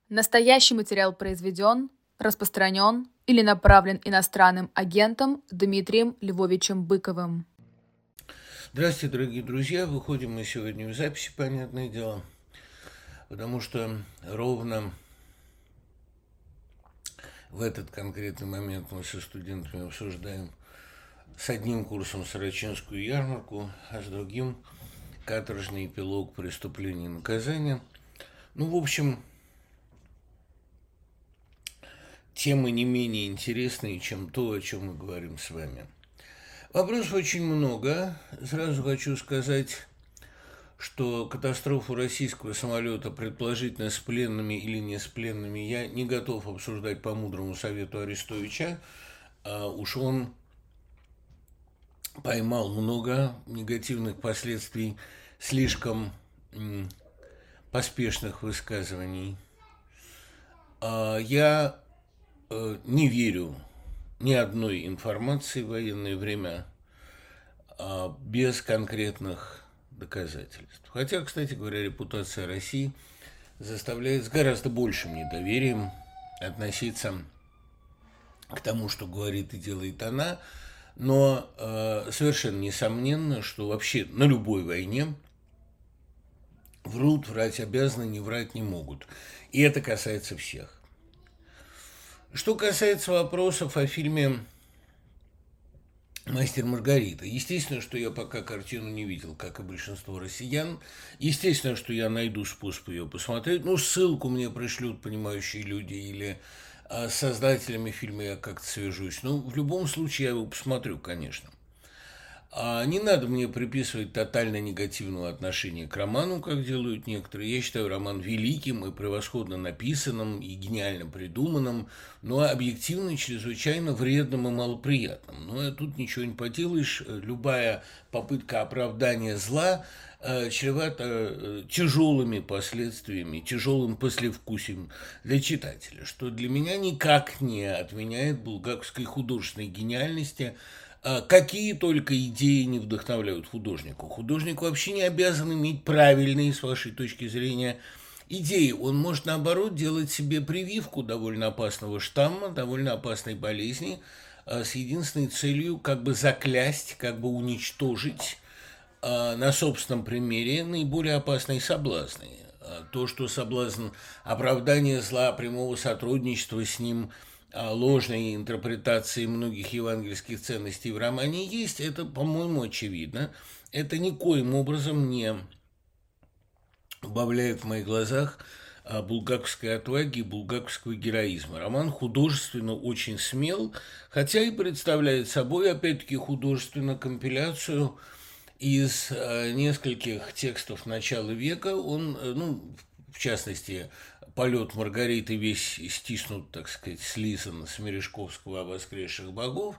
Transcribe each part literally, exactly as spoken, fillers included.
Настоящий материал произведен, распространен или направлен иностранным агентом Дмитрием Львовичем Быковым. Здравствуйте, дорогие друзья. Выходим мы сегодня в записи, понятное дело, потому что ровно в этот конкретный момент мы со студентами обсуждаем с одним курсом Сорочинскую ярмарку, а с другим каторжный эпилог преступления и наказания. Ну, в общем, темы не менее интересные, чем то, о чем мы говорим с вами. Вопросов очень много. Сразу хочу сказать, что катастрофу российского самолета, предположительно с пленными или не с пленными, я не готов обсуждать по мудрому совету Арестовича. А уж он поймал много негативных последствий слишком м, поспешных высказываний. А я э, не верю ни одной информации в военное время а, без конкретных доказательств. Хотя, кстати говоря, репутация России заставляет с гораздо большим недоверием относиться к тому, что говорит и делает она, но э, совершенно несомненно, что вообще на любой войне врут, врать обязаны, не врать не могут. И это касается всех. Что касается вопросов о фильме «Мастер и Маргарита», естественно, что я пока картину не видел, как и большинство россиян. Естественно, что я найду способ ее посмотреть. Ну, ссылку мне пришлют понимающие люди или а, с создателями фильма я как-то свяжусь. Ну, в любом случае, я его посмотрю, конечно. А не надо мне приписывать тотально негативного отношения к роману, как делают некоторые. Я считаю роман великим и превосходно написанным, и гениально придуманным, но объективно чрезвычайно вредным и малоприятным. Но тут ничего не поделаешь. Любая попытка оправдания зла чревата тяжелыми последствиями, тяжелым послевкусием для читателя, что для меня никак не отменяет булгаковской художественной гениальности. Какие только идеи не вдохновляют художника. Художник вообще не обязан иметь правильные, с вашей точки зрения, идеи. Он может, наоборот, делать себе прививку довольно опасного штамма, довольно опасной болезни, с единственной целью как бы заклясть, как бы уничтожить на собственном примере наиболее опасные соблазны. То, что соблазн оправдания зла, прямого сотрудничества с ним – ложной интерпретации многих евангельских ценностей в романе есть, это, по-моему, очевидно. Это никоим образом не убавляет в моих глазах булгаковской отваги и булгаковского героизма. Роман художественно очень смел, хотя и представляет собой, опять-таки, художественную компиляцию из нескольких текстов начала века. Он, ну, в частности, «Полет Маргариты» весь стиснут, так сказать, слизан с Мережковского о воскресших богов,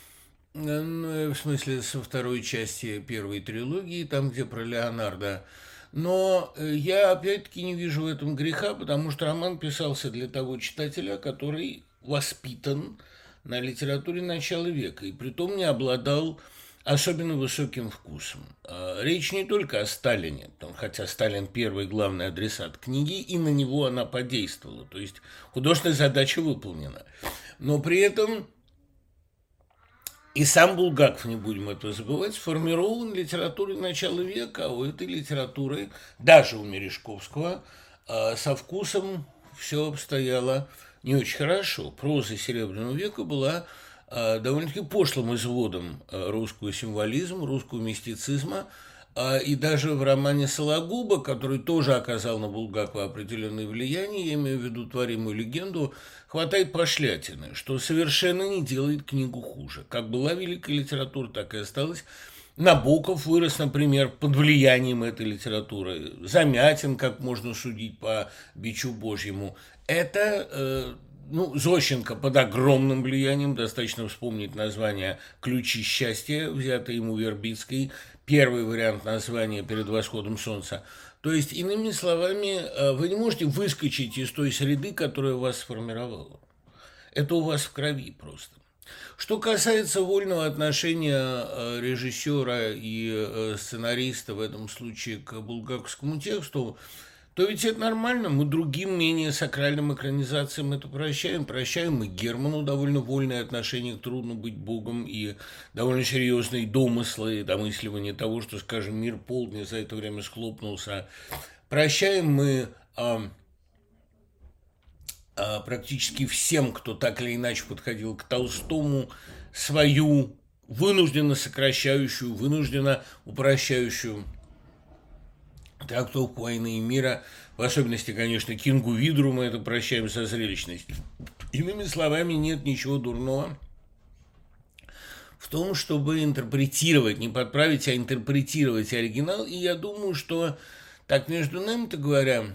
в смысле, со второй части первой трилогии, там, где про Леонардо. Но я, опять-таки, не вижу в этом греха, потому что роман писался для того читателя, который воспитан на литературе начала века, и притом не обладал особенно высоким вкусом. Речь не только о Сталине, хотя Сталин первый главный адресат книги, и на него она подействовала, то есть художественная задача выполнена. Но при этом и сам Булгаков, не будем этого забывать, сформирован литературой начала века, а у этой литературы, даже у Мережковского, со вкусом все обстояло не очень хорошо. Проза Серебряного века была довольно-таки пошлым изводом русского символизма, русского мистицизма, и даже в романе Сологуба, который тоже оказал на Булгакова определенное влияние, я имею в виду «Творимую легенду», хватает пошлятины, что совершенно не делает книгу хуже. Как была великая литература, так и осталась. Набоков вырос, например, под влиянием этой литературы. Замятин, как можно судить по «Бичу Божьему». Это... Э, Ну, Зощенко под огромным влиянием, достаточно вспомнить название «Ключи счастья», взятое ему Вербицкой, первый вариант названия «Перед восходом солнца». То есть, иными словами, вы не можете выскочить из той среды, которая вас сформировала. Это у вас в крови просто. Что касается вольного отношения режиссера и сценариста в этом случае к булгаковскому тексту, то ведь это нормально. Мы другим, менее сакральным экранизациям это прощаем. Прощаем мы Герману довольно вольное отношение к «Трудно быть Богом» и довольно серьезные домыслы, домысливание того, что, скажем, мир полдня за это время схлопнулся. Прощаем мы а, а, практически всем, кто так или иначе подходил к Толстому, свою вынужденно сокращающую, вынужденно упрощающую трактовку «Войны и мира», в особенности, конечно, Кингу Видру мы это прощаем за зрелищность. Иными словами, нет ничего дурного в том, чтобы интерпретировать, не подправить, а интерпретировать оригинал. И я думаю, что, так между нами-то говоря,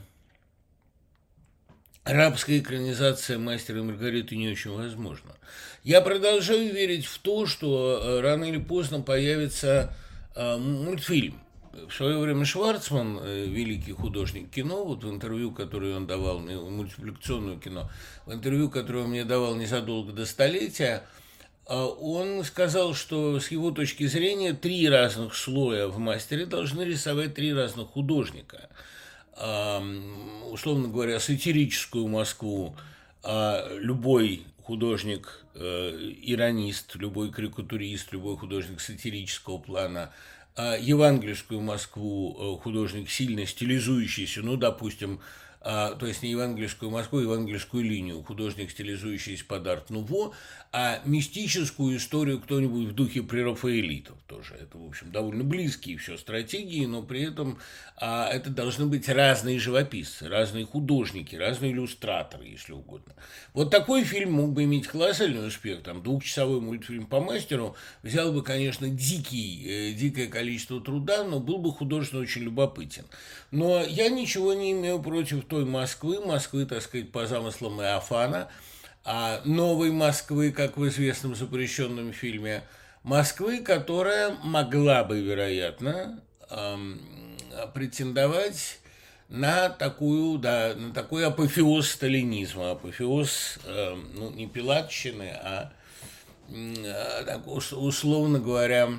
арабская экранизация «Мастера и Маргариты» не очень возможна. Я продолжаю верить в то, что рано или поздно появится мультфильм. В свое время Шварцман, великий художник кино, вот в интервью, которое он давал, мультипликационное кино, в интервью, которое он мне давал незадолго до столетия, он сказал, что с его точки зрения три разных слоя в «Мастере» должны рисовать три разных художника. Условно говоря, сатирическую Москву любой художник, иронист, любой карикатурист, любой художник сатирического плана, евангельскую Москву художник, сильно стилизующийся, ну, допустим, а, то есть не евангельскую Москву, а евангельскую линию, художник, стилизующийся под арт-нуво, а мистическую историю кто-нибудь в духе прерафаэлитов тоже. Это, в общем, довольно близкие все стратегии, но при этом а, это должны быть разные живописцы, разные художники, разные иллюстраторы, если угодно. Вот такой фильм мог бы иметь колоссальный успех. Там двухчасовой мультфильм по «Мастеру» взял бы, конечно, дикий, э, дикое количество труда, но был бы художественно очень любопытен. Но я ничего не имею против той Москвы, Москвы, так сказать, по замыслам Иофана, а новой Москвы, как в известном запрещенном фильме, Москвы, которая могла бы, вероятно, эм, претендовать на такую, да, на такой апофеоз сталинизма, апофеоз, эм, ну, не пилатщины, а, э, так, условно говоря,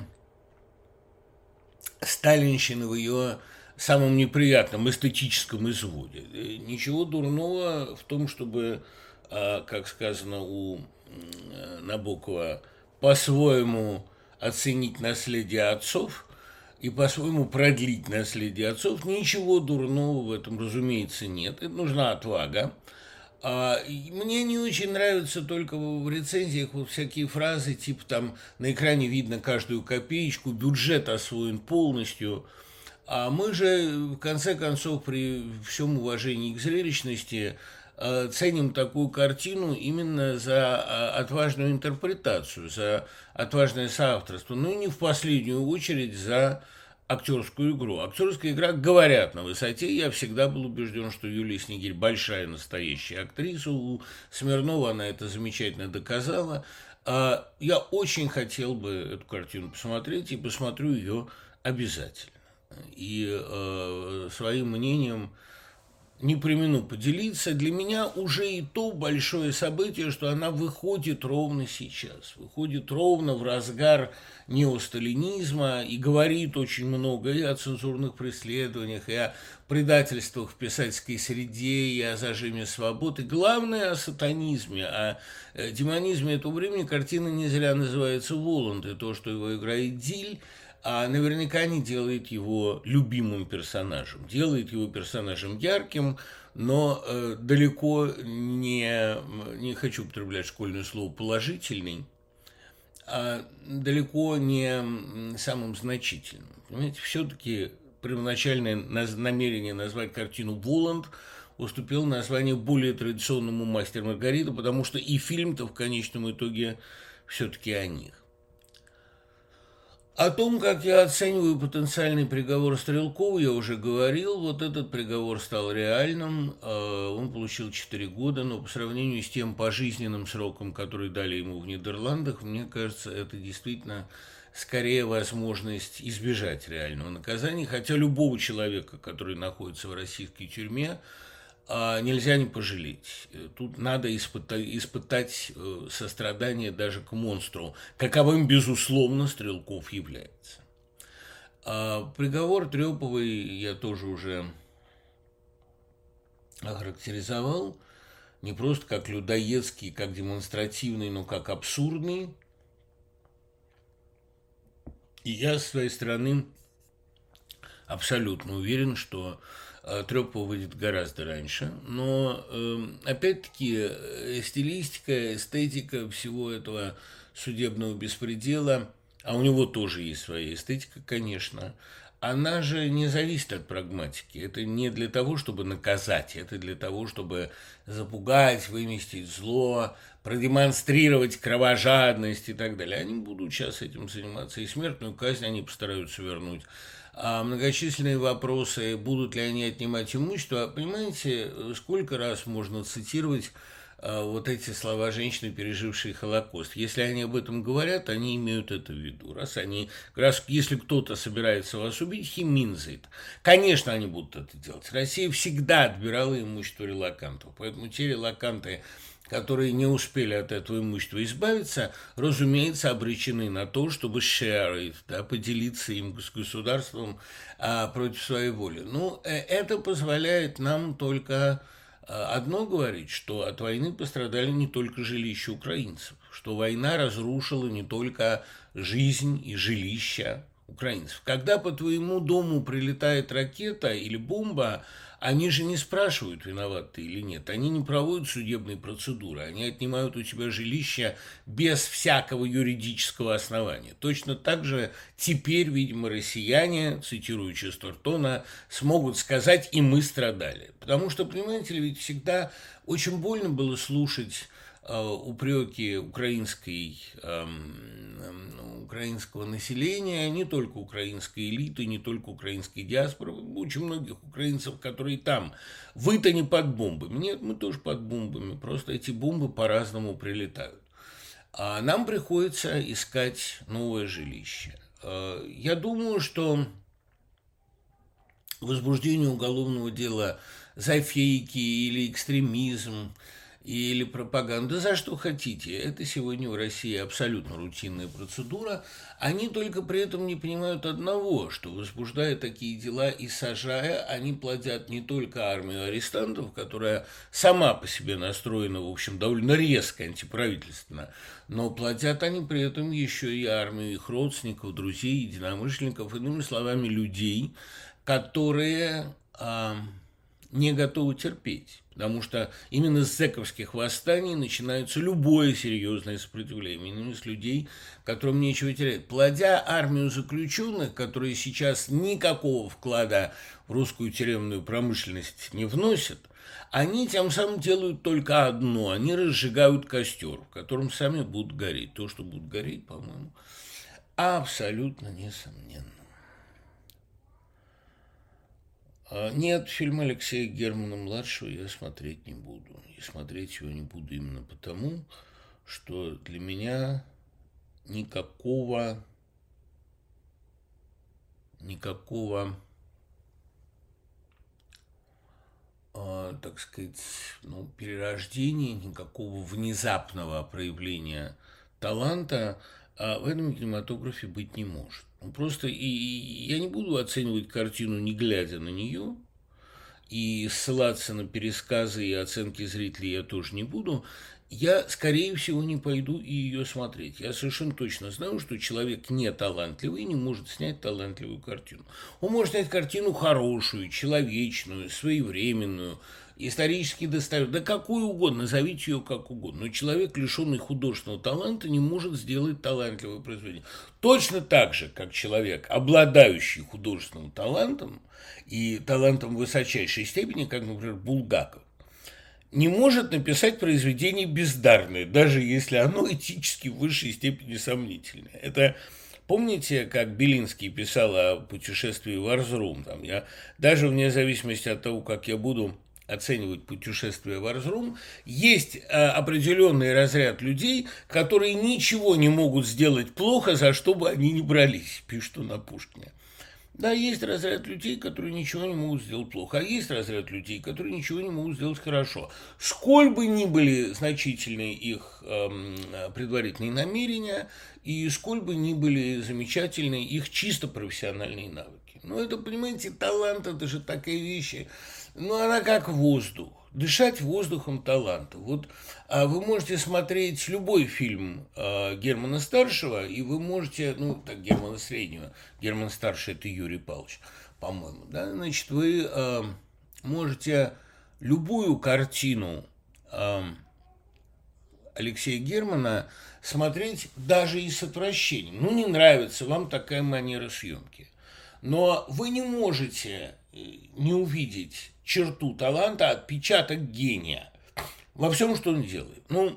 сталинщины в ее самом неприятном эстетическом изводе. Ничего дурного в том, чтобы, как сказано у Набокова, по-своему оценить наследие отцов и по-своему продлить наследие отцов. Ничего дурного в этом, разумеется, нет. Это нужна отвага. Мне не очень нравятся только в рецензиях вот всякие фразы, типа там на экране видно каждую копеечку, бюджет освоен полностью. А мы же, в конце концов, при всем уважении к зрелищности, ценим такую картину именно за отважную интерпретацию, за отважное соавторство, ну и не в последнюю очередь за актерскую игру. Актерская игра, говорят, на высоте. Я всегда был убежден, что Юлия Снегирь большая настоящая актриса. У Смирнова она это замечательно доказала. Я очень хотел бы эту картину посмотреть и посмотрю ее обязательно. И э, своим мнением не премину поделиться. Для меня уже и то большое событие, что она выходит ровно сейчас, выходит ровно в разгар неосталинизма и говорит очень много и о цензурных преследованиях, и о предательствах в писательской среде, и о зажиме свободы. Главное, о сатанизме, о демонизме этого времени. Картина не зря называется «Воланд», и то, что его играет Диль, а наверняка не делает его любимым персонажем. Делает его персонажем ярким, но э, далеко не, не хочу употреблять школьное слово «положительный», а далеко не самым значительным. Понимаете, все-таки первоначальное намерение назвать картину «Воланд» уступил название более традиционному «Мастер и Маргарита», потому что и фильм-то в конечном итоге все-таки о них. О том, как я оцениваю потенциальный приговор Стрелкову, я уже говорил. Вот этот приговор стал реальным. Он получил четыре года, но по сравнению с тем пожизненным сроком, который дали ему в Нидерландах, мне кажется, это действительно скорее возможность избежать реального наказания. Хотя любого человека, который находится в российской тюрьме, нельзя не пожалеть. Тут надо испытать, испытать сострадание даже к монстру, каковым, безусловно, Стрелков является. Приговор Трёповой я тоже уже охарактеризовал не просто как людоедский, как демонстративный, но как абсурдный. И я, с своей стороны, абсолютно уверен, что э, Трёпова выйдет гораздо раньше. Но, э, опять-таки, э, стилистика, эстетика всего этого судебного беспредела, а у него тоже есть своя эстетика, конечно, она же не зависит от прагматики. Это не для того, чтобы наказать, это для того, чтобы запугать, выместить зло, продемонстрировать кровожадность и так далее. Они будут сейчас этим заниматься, и смертную казнь они постараются вернуть. А многочисленные вопросы, будут ли они отнимать имущество, понимаете, сколько раз можно цитировать вот эти слова женщины, пережившие Холокост. Если они об этом говорят, они имеют это в виду. Раз они, раз если кто-то собирается вас убить, he means it. Конечно, они будут это делать. Россия всегда отбирала имущество релокантов. Поэтому те релоканты, которые не успели от этого имущества избавиться, разумеется, обречены на то, чтобы share it, да, поделиться им с государством а, против своей воли. Ну, это позволяет нам только одно говорить, что от войны пострадали не только жилища украинцев, что война разрушила не только жизнь и жилища украинцев. Когда по твоему дому прилетает ракета или бомба, они же не спрашивают, виноват ты или нет. Они не проводят судебные процедуры. Они отнимают у тебя жилище без всякого юридического основания. Точно так же теперь, видимо, россияне, цитирую Честертона, смогут сказать: и мы страдали. Потому что, понимаете ли, ведь всегда очень больно было слушать упреки украинской, э, украинского населения, не только украинской элиты, не только украинской диаспоры, очень многих украинцев, которые там. Вы-то не под бомбами. Нет, мы тоже под бомбами, просто эти бомбы по-разному прилетают. А нам приходится искать новое жилище. Я думаю, что возбуждение уголовного дела за фейки или экстремизм, или пропаганда, за что хотите. Это сегодня в России абсолютно рутинная процедура. Они только при этом не понимают одного, что, возбуждая такие дела и сажая, они плодят не только армию арестантов, которая сама по себе настроена, в общем, довольно резко антиправительственно, но плодят они при этом еще и армию их родственников, друзей, единомышленников, иными словами, людей, которые а, не готовы терпеть. Потому что именно с зэковских восстаний начинается любое серьезное сопротивление. Именно с людей, которым нечего терять. Плодя армию заключенных, которые сейчас никакого вклада в русскую тюремную промышленность не вносят, они тем самым делают только одно. Они разжигают костер, в котором сами будут гореть. То, что будут гореть, по-моему, абсолютно несомненно. Нет, фильм Алексея Германа-младшего я смотреть не буду. И смотреть его не буду именно потому, что для меня никакого, никакого, э, так сказать, ну, перерождения, никакого внезапного проявления таланта э, в этом кинематографе быть не может. Просто и, и я не буду оценивать картину, не глядя на нее, и ссылаться на пересказы и оценки зрителей я тоже не буду. Я, скорее всего, не пойду и ее смотреть. Я совершенно точно знаю, что человек не талантливый не может снять талантливую картину. Он может снять картину хорошую, человечную, своевременную, исторически достоверную, да какую угодно, назовите ее как угодно. Но человек, лишенный художественного таланта, не может сделать талантливое произведение. Точно так же, как человек, обладающий художественным талантом, и талантом высочайшей степени, как, например, Булгаков, не может написать произведение бездарное, даже если оно этически в высшей степени сомнительное. Это, помните, как Белинский писал о путешествии в Арзрум? Там я, даже вне зависимости от того, как я буду оценивать путешествие в Арзрум, есть а, определенный разряд людей, которые ничего не могут сделать плохо, за что бы они ни брались, пишет он о Пушкине. Да, есть разряд людей, которые ничего не могут сделать плохо, а есть разряд людей, которые ничего не могут сделать хорошо. Сколь бы ни были значительны их эм, предварительные намерения, и сколь бы ни были замечательны их чисто профессиональные навыки. Но это, понимаете, талант – это же такая вещь. ну, она как воздух. Дышать воздухом таланта. Вот а вы можете смотреть любой фильм а, Германа Старшего, и вы можете, ну, так, Германа Среднего, Герман Старший – это Юрий Павлович, по-моему, да, значит, вы а, можете любую картину а, Алексея Германа смотреть даже и с отвращением. Ну, не нравится вам такая манера съемки. Но вы не можете не увидеть черту таланта, отпечаток гения во всем, что он делает. Ну,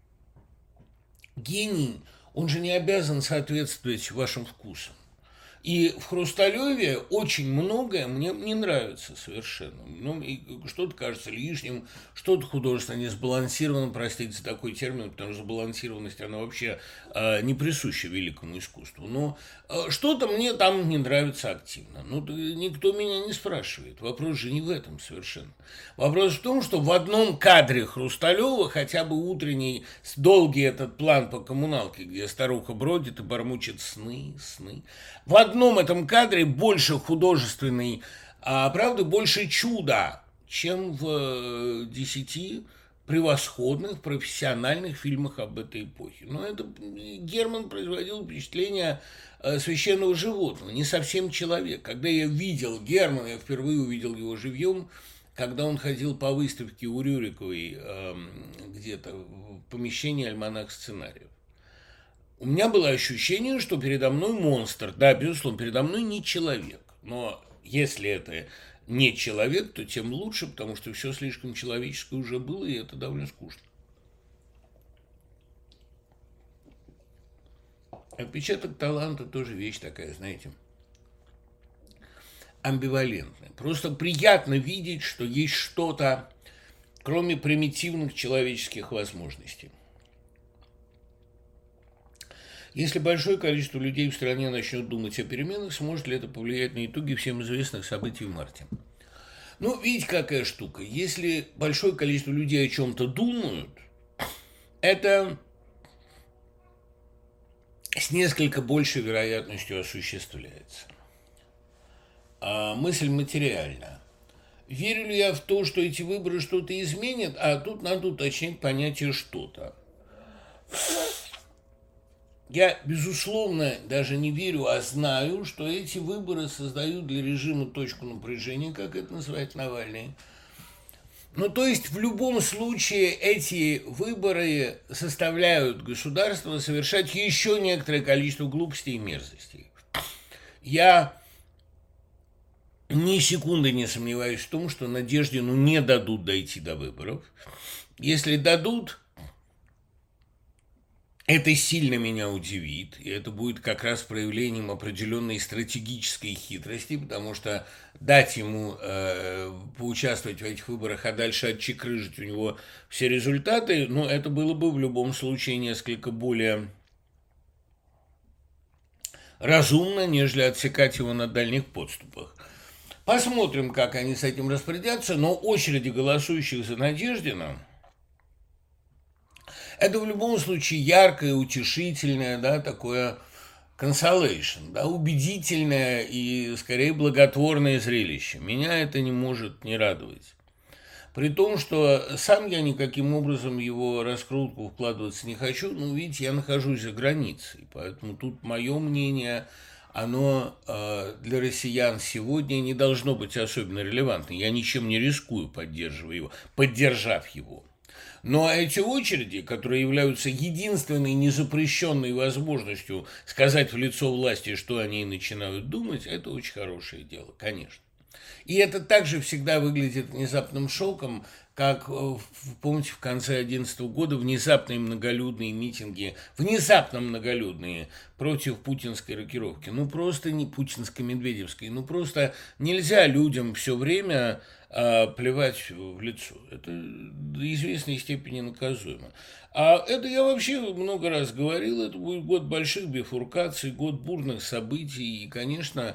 гений, он же не обязан соответствовать вашим вкусам. И в «Хрусталеве» очень многое мне не нравится совершенно. Ну, и что-то кажется лишним, что-то художественно не сбалансировано, простите за такой термин, потому что сбалансированность, она вообще э, не присуща великому искусству. Но э, что-то мне там не нравится активно. Ну, никто меня не спрашивает. Вопрос же не в этом совершенно. Вопрос в том, что в одном кадре «Хрусталева», хотя бы утренний, долгий этот план по коммуналке, где старуха бродит и бормочет сны, сны, в одном этом кадре больше художественной, а правда больше чуда, чем в десяти превосходных профессиональных фильмах об этой эпохе. Но это Герман производил впечатление священного животного, не совсем человек. Когда я видел Германа, я впервые увидел его живьем, когда он ходил по выставке у Рюриковой где-то в помещении «Альманах сценариев». У меня было ощущение, что передо мной монстр. Да, безусловно, передо мной не человек. Но если это не человек, то тем лучше, потому что все слишком человеческое уже было, и это довольно скучно. Отпечаток таланта тоже вещь такая, знаете, амбивалентная. Просто приятно видеть, что есть что-то, кроме примитивных человеческих возможностей. Если большое количество людей в стране начнет думать о переменах, сможет ли это повлиять на итоги всем известных событий в марте? Ну, видите, какая штука. Если большое количество людей о чем-то думают, это с несколько большей вероятностью осуществляется. А мысль материальна. Верю ли я в то, что эти выборы что-то изменят? А тут надо уточнить понятие «что-то». Я, безусловно, даже не верю, а знаю, что эти выборы создают для режима точку напряжения, как это называет Навальный. Ну, то есть, в любом случае, эти выборы составляют государство совершать еще некоторое количество глупостей и мерзостей. Я ни секунды не сомневаюсь в том, что Надеждину не дадут дойти до выборов. Если дадут, это сильно меня удивит, и это будет как раз проявлением определенной стратегической хитрости, потому что дать ему э, поучаствовать в этих выборах, а дальше отчекрыжить у него все результаты, ну, это было бы в любом случае несколько более разумно, нежели отсекать его на дальних подступах. Посмотрим, как они с этим распорядятся, но очереди голосующих за Надеждина – это в любом случае яркое, утешительное, да, такое consolation, да, убедительное и, скорее, благотворное зрелище. Меня это не может не радовать. При том, что сам я никаким образом его раскрутку вкладываться не хочу, но, видите, я нахожусь за границей, поэтому тут мое мнение, оно э, для россиян сегодня не должно быть особенно релевантным. Я ничем не рискую, поддерживая его, поддержав его. Но эти очереди, которые являются единственной незапрещенной возможностью сказать в лицо власти, что они начинают думать, это очень хорошее дело, конечно. И это также всегда выглядит внезапным шоком, как, помните, в конце две тысячи одиннадцатого года внезапные многолюдные митинги, внезапно многолюдные против путинской рокировки. Ну, просто не путинско-медведевской, ну, просто нельзя людям все время а, плевать в лицо. Это до известной степени наказуемо. А это я вообще много раз говорил, это будет год больших бифуркаций, год бурных событий, и, конечно,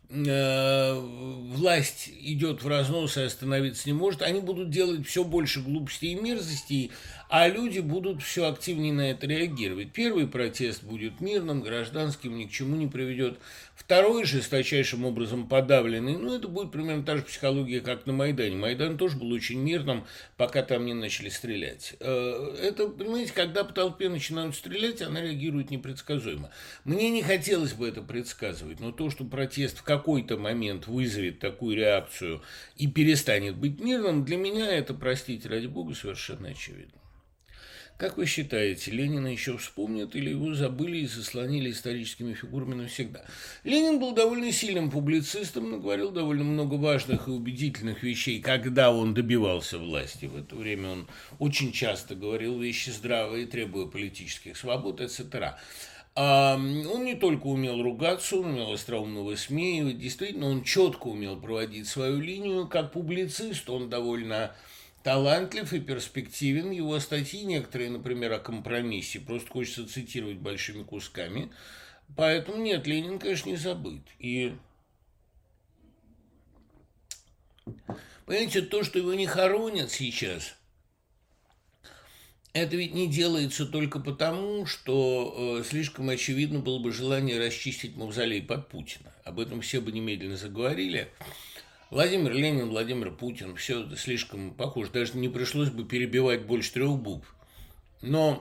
э, власть идет в разнос и остановиться не может, они будут делать все больше глупостей и мерзостей, а люди будут все активнее на это реагировать. Первый протест будет мирным, гражданским, ни к чему не приведет. Второй, жесточайшим образом подавленный, ну, это будет примерно та же психология, как на Майдане. Майдан тоже был очень мирным, пока там не начали стрелять. Это, понимаете, когда по толпе начинают стрелять, она реагирует непредсказуемо. Мне не хотелось бы это предсказывать, но то, что протест в какой-то момент вызовет такую реакцию и перестанет быть мирным, для меня это, простите, ради бога, совершенно очевидно. Как вы считаете, Ленина еще вспомнят или его забыли и заслонили историческими фигурами навсегда? Ленин был довольно сильным публицистом, но говорил довольно много важных и убедительных вещей, когда он добивался власти. В это время он очень часто говорил вещи здравые, требуя политических свобод, et cetera. А он не только умел ругаться, он умел остроумно высмеивать, действительно, он четко умел проводить свою линию. Как публицист он довольно талантлив и перспективен. Его статьи некоторые, например, о компромиссе, просто хочется цитировать большими кусками. Поэтому нет, Ленин, конечно, не забыт. И, понимаете, то, что его не хоронят сейчас, это ведь не делается только потому, что э, слишком очевидно было бы желание расчистить мавзолей под Путина. Об этом все бы немедленно заговорили. Владимир Ленин, Владимир Путин, все это слишком похоже. Даже не пришлось бы перебивать больше трех букв. Но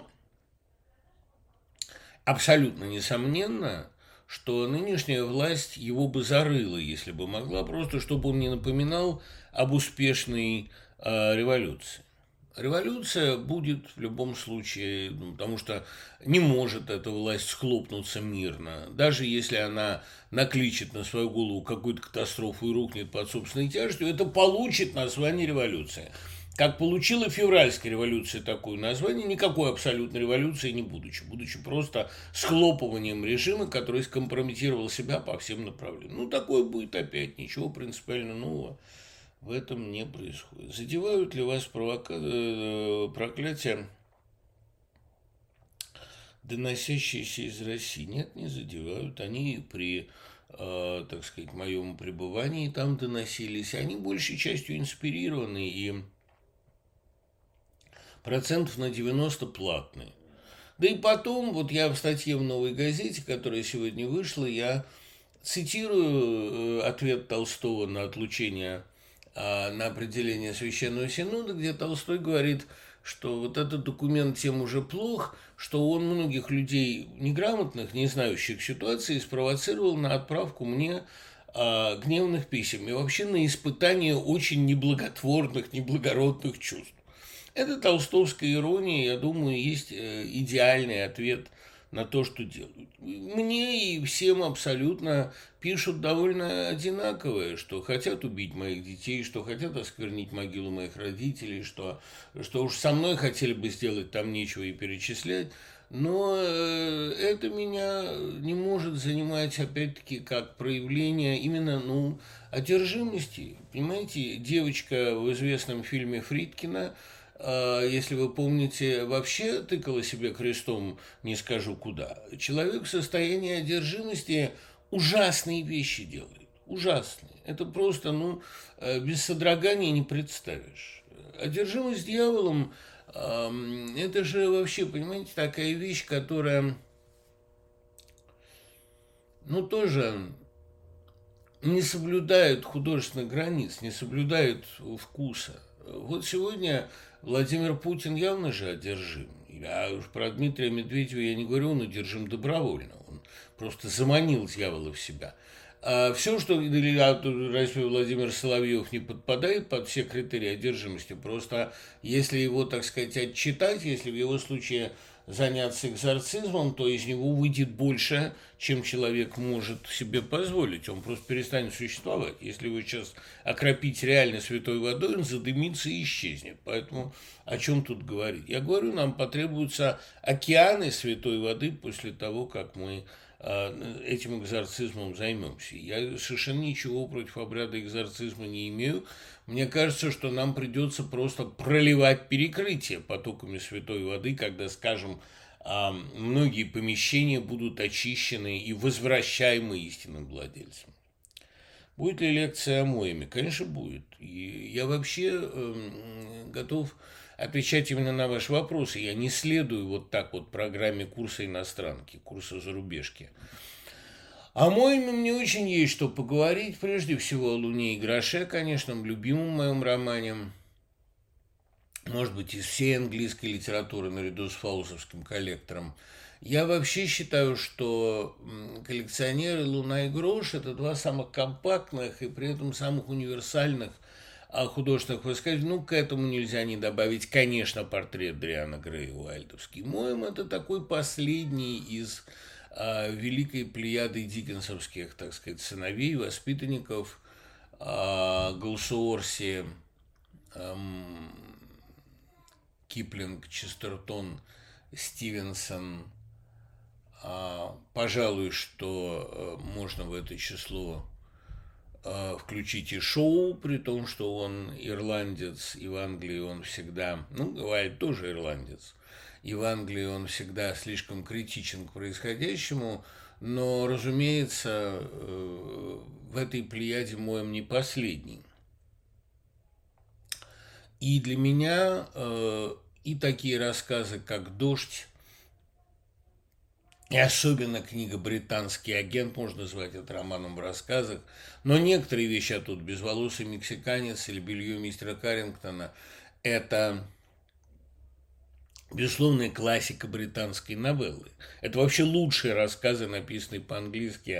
абсолютно несомненно, что нынешняя власть его бы зарыла, если бы могла, просто чтобы он не напоминал об успешной э, революции. Революция будет в любом случае, ну, потому что не может эта власть схлопнуться мирно. Даже если она накличет на свою голову какую-то катастрофу и рухнет под собственной тяжестью, это получит название революция. Как получила февральская революция такое название, никакой абсолютной революции не будучи, будучи просто схлопыванием режима, который скомпрометировал себя по всем направлениям. Ну, такое будет опять, ничего принципиально нового в этом не происходит. Задевают ли вас провока... проклятия, доносящиеся из России? Нет, не задевают. Они при, э, так сказать, моем пребывании там доносились. Они большей частью инспирированы и процентов на девяносто платные. Да и потом, вот я в статье в «Новой газете», которая сегодня вышла, я цитирую ответ Толстого на отлучение, на определение Священного Синода, где Толстой говорит, что вот этот документ тем уже плох, что он многих людей неграмотных, не знающих ситуации, спровоцировал на отправку мне а, гневных писем и вообще на испытание очень неблаготворных, неблагородных чувств. Это толстовская ирония, я думаю, есть идеальный ответ на то, что делают. Мне и всем абсолютно пишут довольно одинаковое, что хотят убить моих детей, что хотят осквернить могилу моих родителей, что, что уж со мной хотели бы сделать, там нечего и перечислять. Но это меня не может занимать, опять-таки, как проявление именно, ну, одержимости. Понимаете, девочка в известном фильме Фридкина, если вы помните, вообще тыкала себе крестом не скажу куда. Человек в состоянии одержимости ужасные вещи делает. Ужасные. Это просто, ну, без содрогания не представишь. Одержимость дьяволом – это же вообще, понимаете, такая вещь, которая, ну, тоже не соблюдает художественных границ, не соблюдает вкуса. Вот сегодня Владимир Путин явно же одержим. А уж про Дмитрия Медведева я не говорю, он одержим добровольно. Он просто заманил дьявола в себя. А все, что разве Владимир Соловьев не подпадает под все критерии одержимости, просто если его, так сказать, отчитать, если в его случае заняться экзорцизмом, то из него выйдет больше, чем человек может себе позволить. Он просто перестанет существовать. Если его сейчас окропить реально святой водой, он задымится и исчезнет. Поэтому о чем тут говорить? Я говорю, нам потребуются океаны святой воды после того, как мы этим экзорцизмом займемся. Я совершенно ничего против обряда экзорцизма не имею. Мне кажется, что нам придется просто проливать перекрытие потоками святой воды, когда, скажем, многие помещения будут очищены и возвращаемы истинным владельцам. Будет ли лекция о Моэме? Конечно, будет. И я вообще э, готов отвечать именно на ваши вопросы. Я не следую вот так вот программе курса иностранки, курса зарубежки. О Моэме мне очень есть что поговорить. Прежде всего о Луне и Гроше, конечно, любимом моем романе. Может быть, из всей английской литературы наряду с фаустовским коллектором. Я вообще считаю, что коллекционеры «Луна и грош» – это два самых компактных и при этом самых универсальных художественных высказываний. Ну, к этому нельзя не добавить, конечно, портрет Дориана Грея уайльдовский. Моэм – это такой последний из а, великой плеяды диккенсовских, так сказать, сыновей, воспитанников а, Голсуорси, ам, Киплинг, Честертон, Стивенсон. Пожалуй, что можно в это число включить и Шоу, при том, что он ирландец, и в Англии он всегда, ну, Уайльд тоже ирландец, и в Англии он всегда слишком критичен к происходящему, но, разумеется, в этой плеяде Моэм не последний. И для меня и такие рассказы, как «Дождь», и особенно книга «Британский агент», можно назвать это романом в рассказах, но некоторые вещи оттуда «Безволосый мексиканец» или «Белье мистера Каррингтона» – это безусловная классика британской новеллы. Это вообще лучшие рассказы, написанные по-английски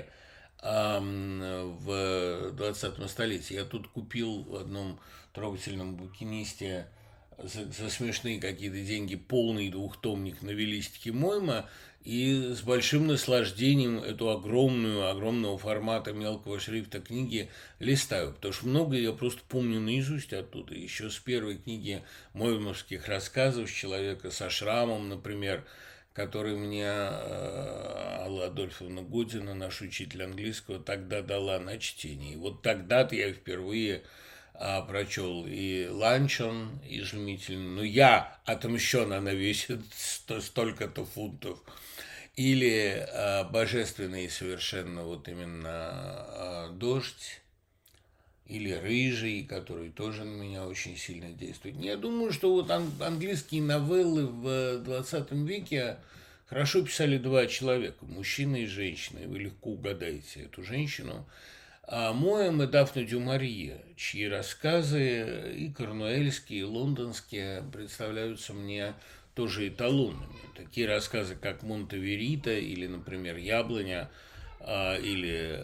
в двадцатом столетии. Я тут купил в одном трогательном букинисте за, за смешные какие-то деньги полный двухтомник новеллистики Моэма и с большим наслаждением эту огромную, огромного формата мелкого шрифта книги листаю, потому что многое я просто помню наизусть оттуда. Еще с первой книги моэмовских рассказов «Человека со шрамом», например, который мне Алла Адольфовна Година, наш учитель английского, тогда дала на чтение. И вот тогда-то я впервые а, прочел и «Ланчон» изумительно. Но я отмщен, она весит столько-то фунтов. Или а, божественный совершенно вот именно а, «Дождь». Или «Рыжий», который тоже на меня очень сильно действует. Я думаю, что вот английские новеллы в двадцатом веке хорошо писали два человека, мужчина и женщина, и вы легко угадаете эту женщину. А Моэм и Дафна дю Марье, чьи рассказы и корнуэльские, и лондонские представляются мне тоже эталонными. Такие рассказы, как «Монте-Верита» или, например, «Яблоня», или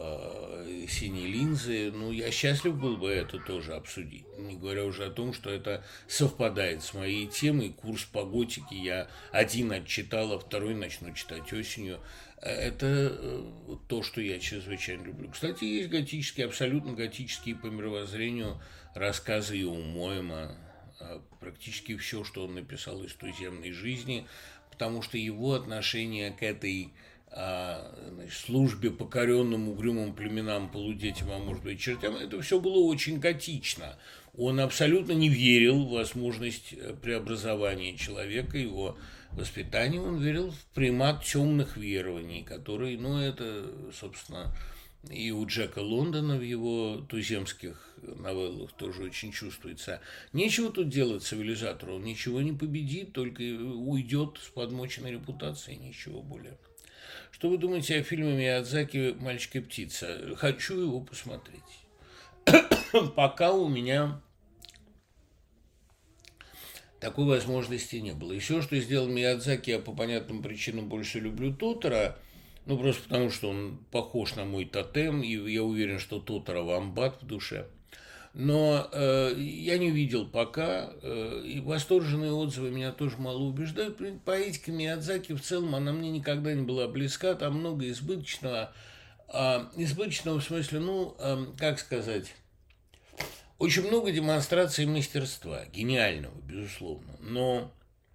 э, «Синие линзы», ну, я счастлив был бы это тоже обсудить, не говоря уже о том, что это совпадает с моей темой. Курс по готике я один отчитал, а второй начну читать осенью. Это э, то, что я чрезвычайно люблю. Кстати, есть готические, абсолютно готические по мировоззрению рассказы и у Моэма, практически все, что он написал из туземной жизни, потому что его отношение к этой значит, службе покоренным угрюмым племенам, полудетям, а может быть чертям, это все было очень готично. Он абсолютно не верил в возможность преобразования человека, его воспитания. Он верил в примат темных верований, которые, ну, это, собственно, и у Джека Лондона в его туземских новеллах тоже очень чувствуется. Нечего тут делать цивилизатору, он ничего не победит, только уйдет с подмоченной репутацией, ничего более. Что вы думаете о фильме Миядзаки «Мальчик и птица»? Хочу его посмотреть. Пока у меня такой возможности не было. И все, что сделал Миядзаки, я по понятным причинам больше люблю Тотора, ну, просто потому, что он похож на мой тотем, и я уверен, что Тотора вамбат в душе. Но э, я не видел пока, э, и восторженные отзывы меня тоже мало убеждают. Поэтика Миядзаки в целом, она мне никогда не была близка, там много избыточного. Э, избыточного в смысле, ну, э, как сказать, очень много демонстраций мастерства, гениального, безусловно. Но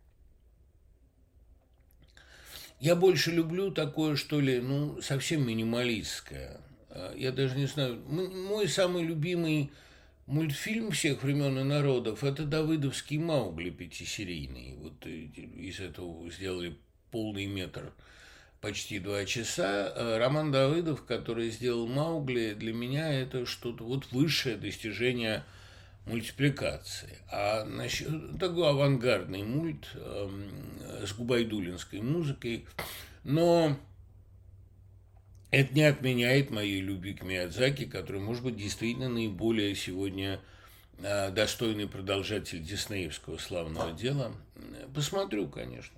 я больше люблю такое, что ли, ну, совсем минималистское. Я даже не знаю, мой самый любимый мультфильм всех времен и народов – это давыдовский «Маугли» пятисерийный. Вот из этого сделали полный метр почти два часа. Роман Давыдов, который сделал «Маугли», для меня это что-то вот высшее достижение мультипликации. А насчет такой авангардный мульт э, с губайдулинской музыкой, но это не отменяет моей любви к Миядзаки, который, может быть, действительно наиболее сегодня э, достойный продолжатель диснеевского славного дела. Посмотрю, конечно.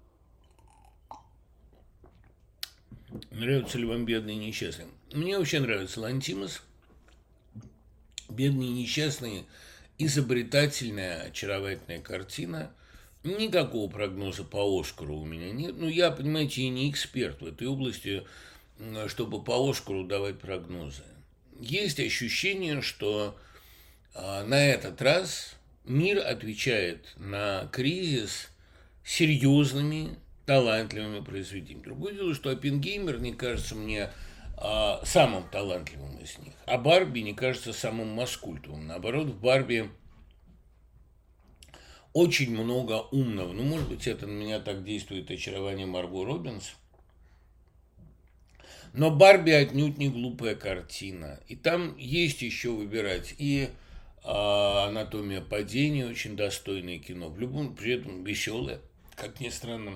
Нравится ли вам «Бедный и несчастный»? Мне вообще нравится Лантимос. «Бедные и несчастные» – изобретательная, очаровательная картина. Никакого прогноза по Оскару у меня нет. Ну, я, понимаете, и не эксперт в этой области, чтобы по Оскару давать прогнозы. Есть ощущение, что а, на этот раз мир отвечает на кризис серьезными, талантливыми произведениями. Другое дело, что «Оппенгеймер» не кажется мне а, самым талантливым из них, а «Барби» не кажется самым маскультовым. Наоборот, в «Барби» очень много умного. Ну, может быть, это на меня так действует очарование Марго Робинс. Но «Барби» отнюдь не глупая картина. И там есть еще выбирать. И а, «Анатомия падения» очень достойное кино. В любом, при этом веселое, как ни странно.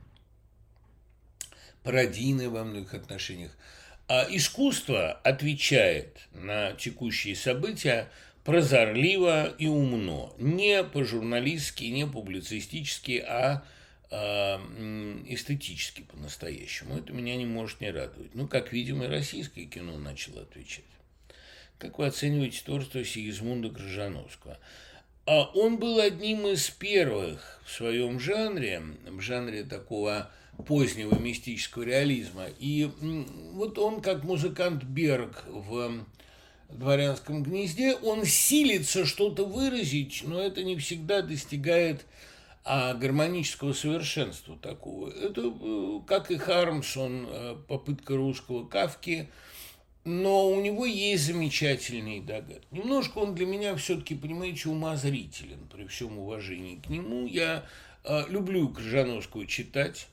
Пародийное во многих отношениях. А искусство отвечает на текущие события прозорливо и умно. Не по-журналистски, не публицистически, а эстетически по-настоящему. Это меня не может не радовать. Ну, как, видимо, и российское кино начало отвечать. Как вы оцениваете творчество Сигизмунда Крыжановского? А он был одним из первых в своем жанре, в жанре такого позднего мистического реализма. И вот он, как музыкант Берг в «Дворянском гнезде», он силится что-то выразить, но это не всегда достигает а гармонического совершенства такого. Это, как и Хармсон, попытка русского Кафки, но у него есть замечательные догадки. Немножко он для меня все-таки, понимаете, умозрителен, при всем уважении к нему. Я э, люблю Крыжановского читать.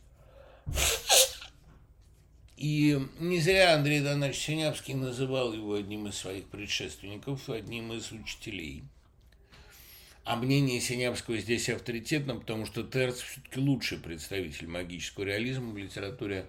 И не зря Андрей Донатович Синявский называл его одним из своих предшественников, одним из учителей. А мнение Синявского здесь авторитетно, потому что Терц все-таки лучший представитель магического реализма в литературе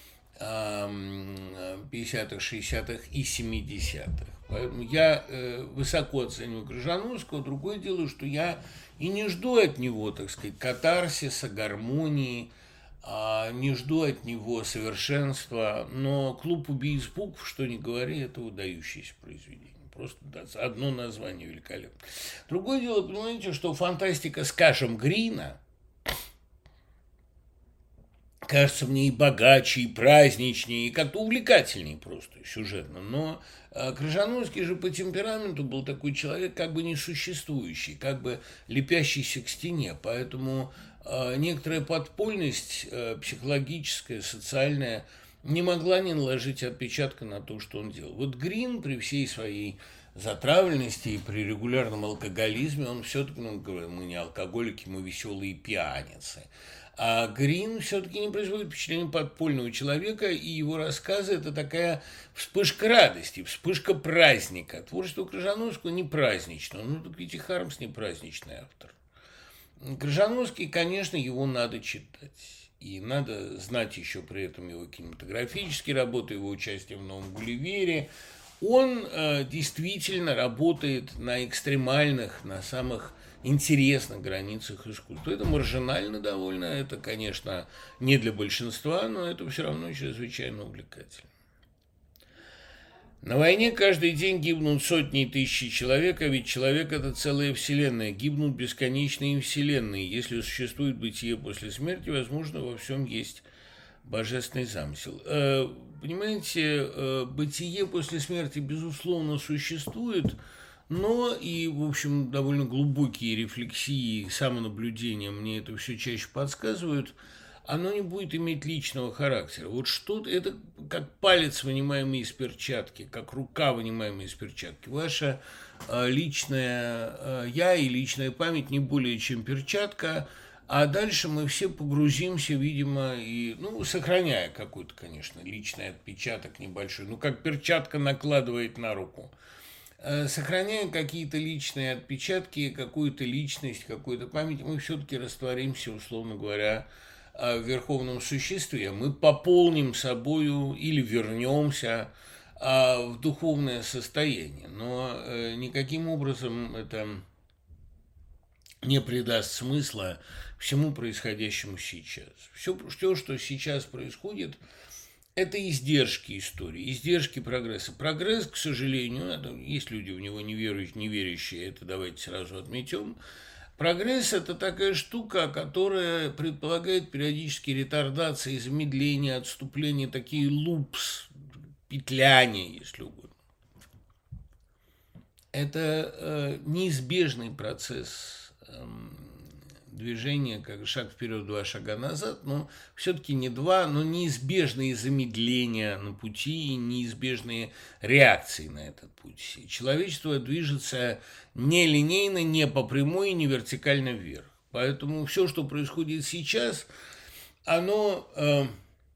пятидесятых, шестидесятых и семидесятых. Поэтому я высоко оцениваю Крыжановского. Другое дело, что я и не жду от него, так сказать, катарсиса, гармонии, не жду от него совершенства. Но «Клуб убийц букв», что ни говори, это выдающееся произведение. Просто одно название великолепно. Другое дело, понимаете, что фантастика, скажем, Грина кажется мне и богаче, и праздничнее, и как-то увлекательнее просто сюжетно. Но Крыжановский же по темпераменту был такой человек, как бы несуществующий, как бы лепящийся к стене. Поэтому некоторая подпольность психологическая, социальная не могла не наложить отпечатка на то, что он делал. Вот Грин при всей своей затравленности и при регулярном алкоголизме, он все-таки, ну, говорит, мы не алкоголики, мы веселые пьяницы. А Грин все-таки не производит впечатление подпольного человека, и его рассказы – это такая вспышка радости, вспышка праздника. Творчество Крыжановского не праздничное, ну, так ведь и Хармс не праздничный автор. Крыжановский, конечно, его надо читать. И надо знать еще при этом его кинематографические работы, его участие в «Новом Гулливере». Он э, действительно работает на экстремальных, на самых интересных границах искусства. Это маржинально довольно, это, конечно, не для большинства, но это все равно чрезвычайно увлекательно. На войне каждый день гибнут сотни и тысячи человек, а ведь человек – это целая вселенная. Гибнут бесконечные вселенные. Если существует бытие после смерти, возможно, во всем есть божественный замысел. Понимаете, бытие после смерти, безусловно, существует, но и, в общем, довольно глубокие рефлексии, самонаблюдения мне это все чаще подсказывают, оно не будет иметь личного характера. Вот что-то, это как палец, вынимаемый из перчатки, как рука, вынимаемая из перчатки. Ваша э, личная э, я и личная память не более чем перчатка, А дальше мы все погрузимся, видимо, и, ну, сохраняя какой-то, конечно, личный отпечаток небольшой, ну, как перчатка накладывает на руку, э, сохраняя какие-то личные отпечатки, какую-то личность, какую-то память, мы все-таки растворимся, условно говоря, э, в верховном существе. Мы пополним собою или вернемся э, в духовное состояние. Но э, никаким образом это не придаст смысла всему происходящему сейчас. Все, все, что сейчас происходит, это издержки истории, издержки прогресса. Прогресс, к сожалению, это, есть люди в него не верующие, не верящие, это давайте сразу отметим. Прогресс – это такая штука, которая предполагает периодические ретардации, замедления, отступления, такие лупс, петляния, если угодно. Это э, неизбежный процесс э, движения, как шаг вперед, два шага назад, но все-таки не два, но неизбежные замедления на пути и неизбежные реакции на этот путь. Человечество движется не линейно, не по прямой, не вертикально вверх. Поэтому все, что происходит сейчас, оно э,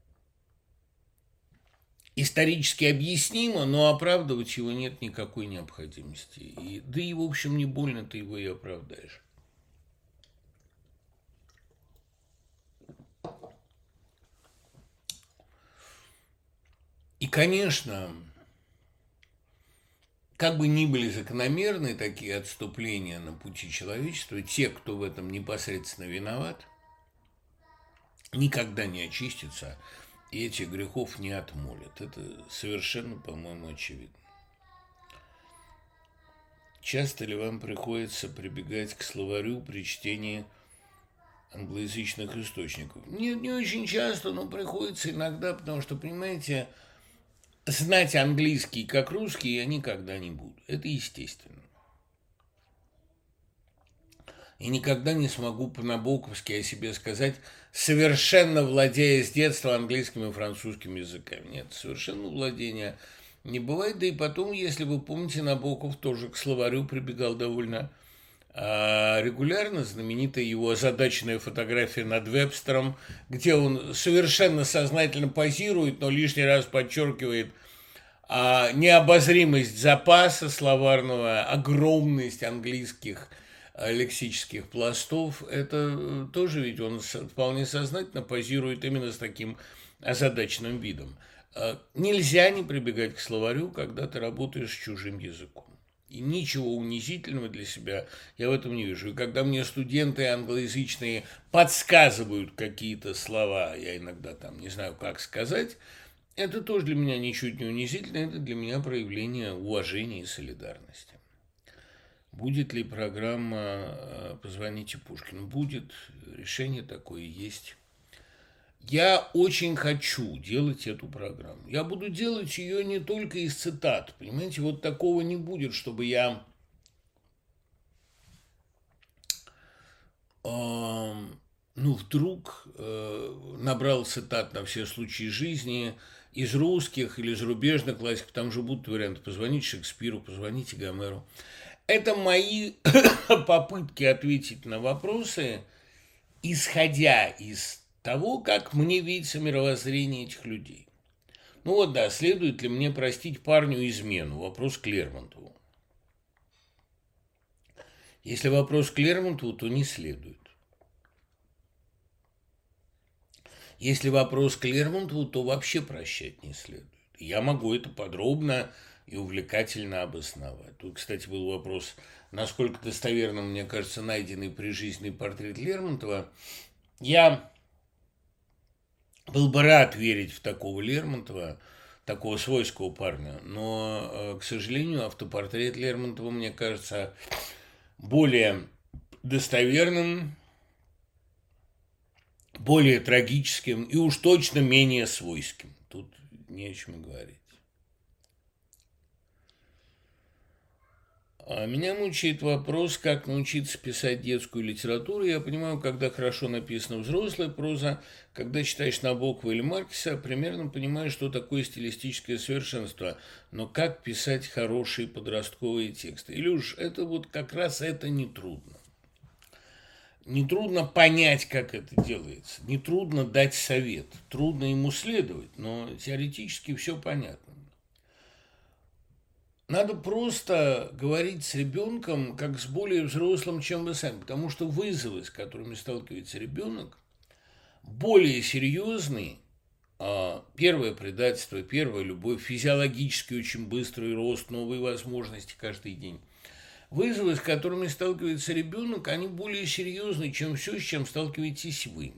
исторически объяснимо, но оправдывать его нет никакой необходимости. И, да и, в общем, не больно ты его и оправдаешь. И, конечно, как бы ни были закономерны такие отступления на пути человечества, те, кто в этом непосредственно виноват, никогда не очистятся и этих грехов не отмолят. Это совершенно, по-моему, очевидно. Часто ли вам приходится прибегать к словарю при чтении англоязычных источников? Нет, не очень часто, но приходится иногда, потому что, понимаете, знать английский как русский я никогда не буду. Это естественно. И никогда не смогу по-набоковски о себе сказать, совершенно владея с детства английским и французским языками. Нет, совершенно владения не бывает. Да и потом, если вы помните, Набоков тоже к словарю прибегал довольно а, регулярно. Знаменитая его озадаченная фотография над Вебстером, где он совершенно сознательно позирует, но лишний раз подчеркивает а, необозримость запаса словарного, огромность английских лексических пластов. Это тоже ведь он вполне сознательно позирует именно с таким озадаченным видом. Нельзя не прибегать к словарю, когда ты работаешь с чужим языком. И ничего унизительного для себя я в этом не вижу. И когда мне студенты англоязычные подсказывают какие-то слова, я иногда там не знаю, как сказать, это тоже для меня ничуть не унизительно, это для меня проявление уважения и солидарности. Будет ли программа «Позвоните Пушкину»? Будет. Решение такое есть. Я очень хочу делать эту программу. Я буду делать ее не только из цитат. Понимаете, вот такого не будет, чтобы я э, ну, вдруг э, набрал цитат на все случаи жизни из русских или зарубежных классиков. Там же будут варианты. Позвоните Шекспиру, позвоните Гомеру. Это мои попытки ответить на вопросы, исходя из того, как мне видится мировоззрение этих людей. Ну вот да, следует ли мне простить парню измену? Вопрос к Лермонтову. Если вопрос к Лермонтову, то не следует. Если вопрос к Лермонтову, то вообще прощать не следует. Я могу это подробно и увлекательно обосновать. Тут, кстати, был вопрос, насколько достоверным, мне кажется, найденный прижизненный портрет Лермонтова. Я был бы рад верить в такого Лермонтова, такого свойского парня, но, к сожалению, автопортрет Лермонтова, мне кажется, более достоверным, более трагическим и уж точно менее свойским. Тут не о чем говорить. А меня мучает вопрос, как научиться писать детскую литературу. Я понимаю, когда хорошо написана взрослая проза, когда читаешь Набокова или Маркеса, примерно понимаешь, что такое стилистическое совершенство. Но как писать хорошие подростковые тексты? Илюш, это вот как раз это нетрудно. Нетрудно понять, как это делается, нетрудно дать совет, трудно ему следовать, но теоретически все понятно. Надо просто говорить с ребенком как с более взрослым, чем вы сами, потому что вызовы, с которыми сталкивается ребенок, более серьезные. Первое предательство, первая любовь, физиологически очень быстрый рост, новые возможности каждый день. Вызовы, с которыми сталкивается ребенок, они более серьезны, чем все, с чем сталкиваетесь вы.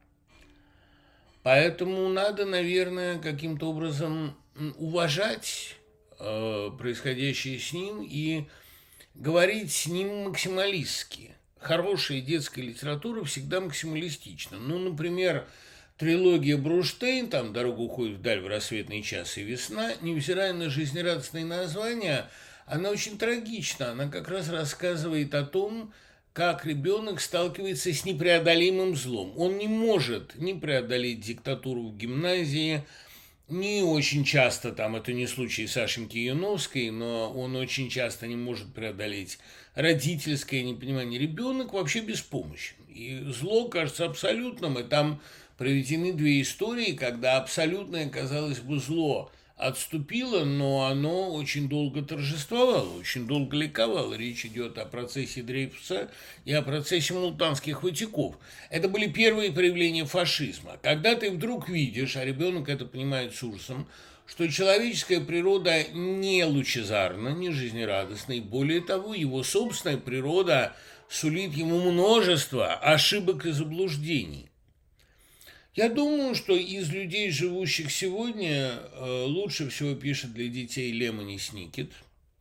Поэтому надо, наверное, каким-то образом уважать э, происходящее с ним и говорить с ним максималистски. Хорошая детская литература всегда максималистична. Ну, например, трилогия Бруштейн, там «Дорога уходит вдаль, в рассветный час и весна», невзирая на жизнерадостные названия, она очень трагична. Она как раз рассказывает о том, как ребенок сталкивается с непреодолимым злом. Он не может ни преодолеть диктатуру в гимназии, ни очень часто, там это не случай Сашеньки Яновской, но он очень часто не может преодолеть родительское непонимание. Ребенок вообще беспомощен. И зло кажется абсолютным, и там приведены две истории, когда абсолютное, казалось бы, зло отступило, но оно очень долго торжествовало, очень долго ликовало. Речь идет о процессе Дрейфуса и о процессе мултанских ватиков. Это были первые проявления фашизма. Когда ты вдруг видишь, а ребенок это понимает с ужасом, что человеческая природа не лучезарна, не жизнерадостна, и более того, его собственная природа сулит ему множество ошибок и заблуждений. Я думаю, что из людей, живущих сегодня, лучше всего пишет для детей Лемони Сникет.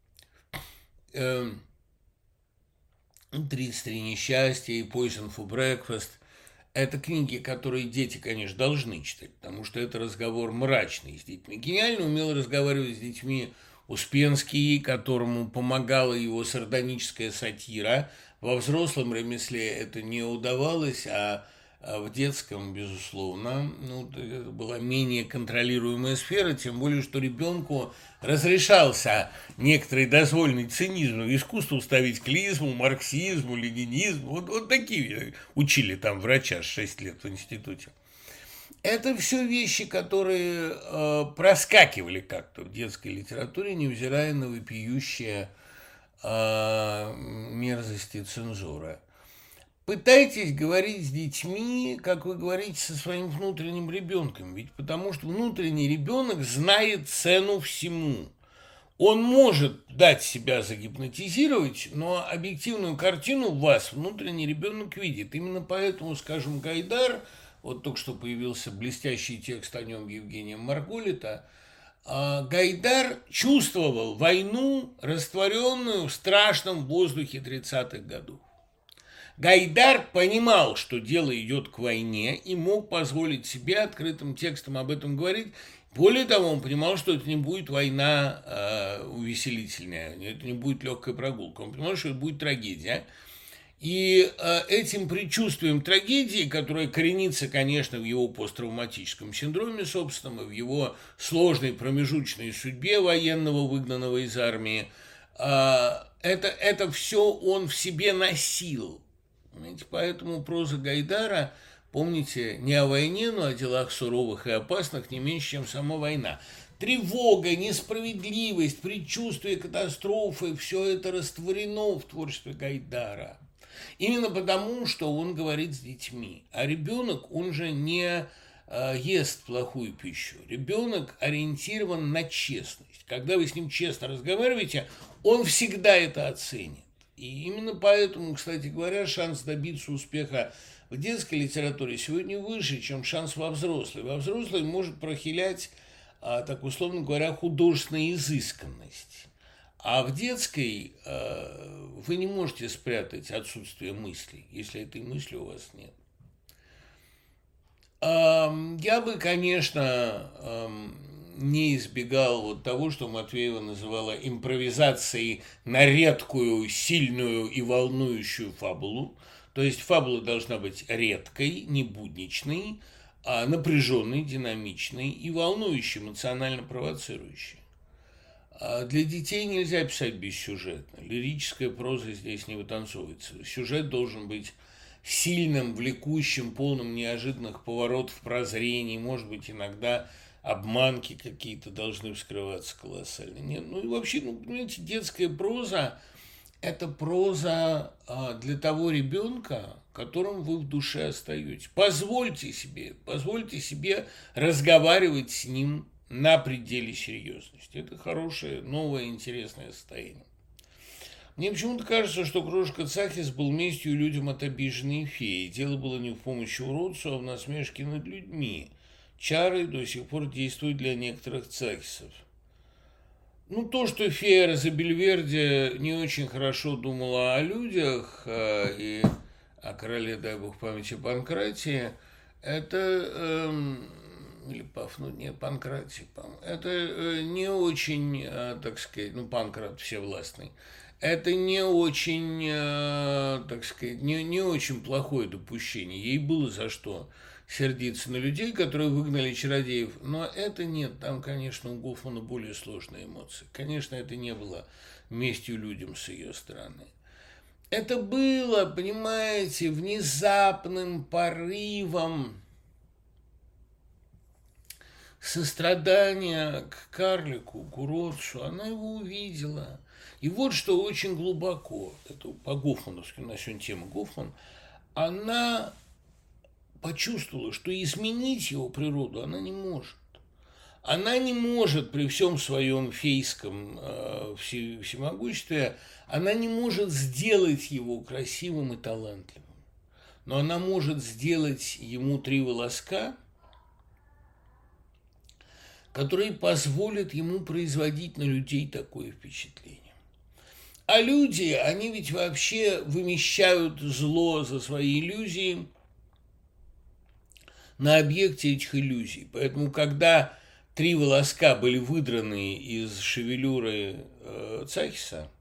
«тридцать три несчастья» и «Poison for Breakfast» – это книги, которые дети, конечно, должны читать, потому что это разговор мрачный с детьми. Гениально умел разговаривать с детьми Успенский, которому помогала его сардоническая сатира. Во взрослом ремесле это не удавалось, а в детском, безусловно, ну, это была менее контролируемая сфера, тем более, что ребенку разрешался некоторый дозвольный цинизм, искусство ставить клизму, марксизму, ленинизму, вот, вот такие учили там врача шесть лет в институте. Это все вещи, которые э, проскакивали как-то в детской литературе, невзирая на вопиющие э, мерзости цензуры. Пытайтесь говорить с детьми, как вы говорите со своим внутренним ребенком, ведь потому что внутренний ребенок знает цену всему. Он может дать себя загипнотизировать, но объективную картину в вас внутренний ребенок видит. Именно поэтому, скажем, Гайдар, вот только что появился блестящий текст о нем Евгения Марголита, Гайдар чувствовал войну, растворенную в страшном воздухе тридцатых годов. Гайдар понимал, что дело идет к войне, и мог позволить себе открытым текстом об этом говорить. Более того, он понимал, что это не будет война э, увеселительная, это не будет легкая прогулка. Он понимал, что это будет трагедия. И э, этим предчувствием трагедии, которая коренится, конечно, в его посттравматическом синдроме собственном, и в его сложной промежуточной судьбе военного, выгнанного из армии, э, это, это все он в себе носил. Понимаете? Поэтому проза Гайдара, помните, не о войне, но о делах суровых и опасных, не меньше, чем сама война. Тревога, несправедливость, предчувствие катастрофы – все это растворено в творчестве Гайдара. Именно потому, что он говорит с детьми. А ребенок, он же не э, ест плохую пищу. Ребенок ориентирован на честность. Когда вы с ним честно разговариваете, он всегда это оценит. И именно поэтому, кстати говоря, шанс добиться успеха в детской литературе сегодня выше, чем шанс во взрослой. Во взрослой может прохилять, а, так условно говоря, художественная изысканность. А в детской а, вы не можете спрятать отсутствие мыслей, если этой мысли у вас нет. А, я бы, конечно, а, не избегал вот того, что Матвеева называла импровизацией на редкую, сильную и волнующую фабулу. То есть фабула должна быть редкой, не будничной, а напряженной, динамичной и волнующей, эмоционально провоцирующей. А для детей нельзя писать бессюжетно. Лирическая проза здесь не вытанцовывается. Сюжет должен быть сильным, влекущим, полным неожиданных поворотов, прозрений, может быть, иногда обманки какие-то должны вскрываться колоссальные. Нет, ну и вообще, ну, понимаете, детская проза – это проза а, для того ребенка, которым вы в душе остаетесь. Позвольте себе, позвольте себе разговаривать с ним на пределе серьезности. Это хорошее, новое, интересное состояние. Мне почему-то кажется, что Крошка Цахис был местью людям от обиженной феи. Дело было не в помощи уродцу, а в насмешке над людьми. Чары до сих пор действуют для некоторых Цахисов. Ну, то, что фея Розабельверде не очень хорошо думала о людях э, и о короле, дай бог памяти, Панкратии, это... Э, или Пафну, не, Панкратий, по-моему, это э, не очень, э, так сказать, ну, Панкрат всевластный, это не очень, э, так сказать, не, не очень плохое допущение. Ей было за что сердиться на людей, которые выгнали чародеев. Но это нет, там, конечно, у Гофмана более сложные эмоции. Конечно, это не было местью людям с ее стороны. Это было, понимаете, внезапным порывом сострадания к карлику, к уродцу. Она его увидела. И вот что очень глубоко, это по-гофмановски, у нас сегодня тема Гофман, она почувствовала, что изменить его природу она не может. Она не может при всем своем фейском э, все, всемогуществе, она не может сделать его красивым и талантливым. Но она может сделать ему три волоска, которые позволят ему производить на людей такое впечатление. А люди, они ведь вообще вымещают зло за свои иллюзии на объекте этих иллюзий. Поэтому, когда три волоска были выдраны из шевелюры э, Цахиса,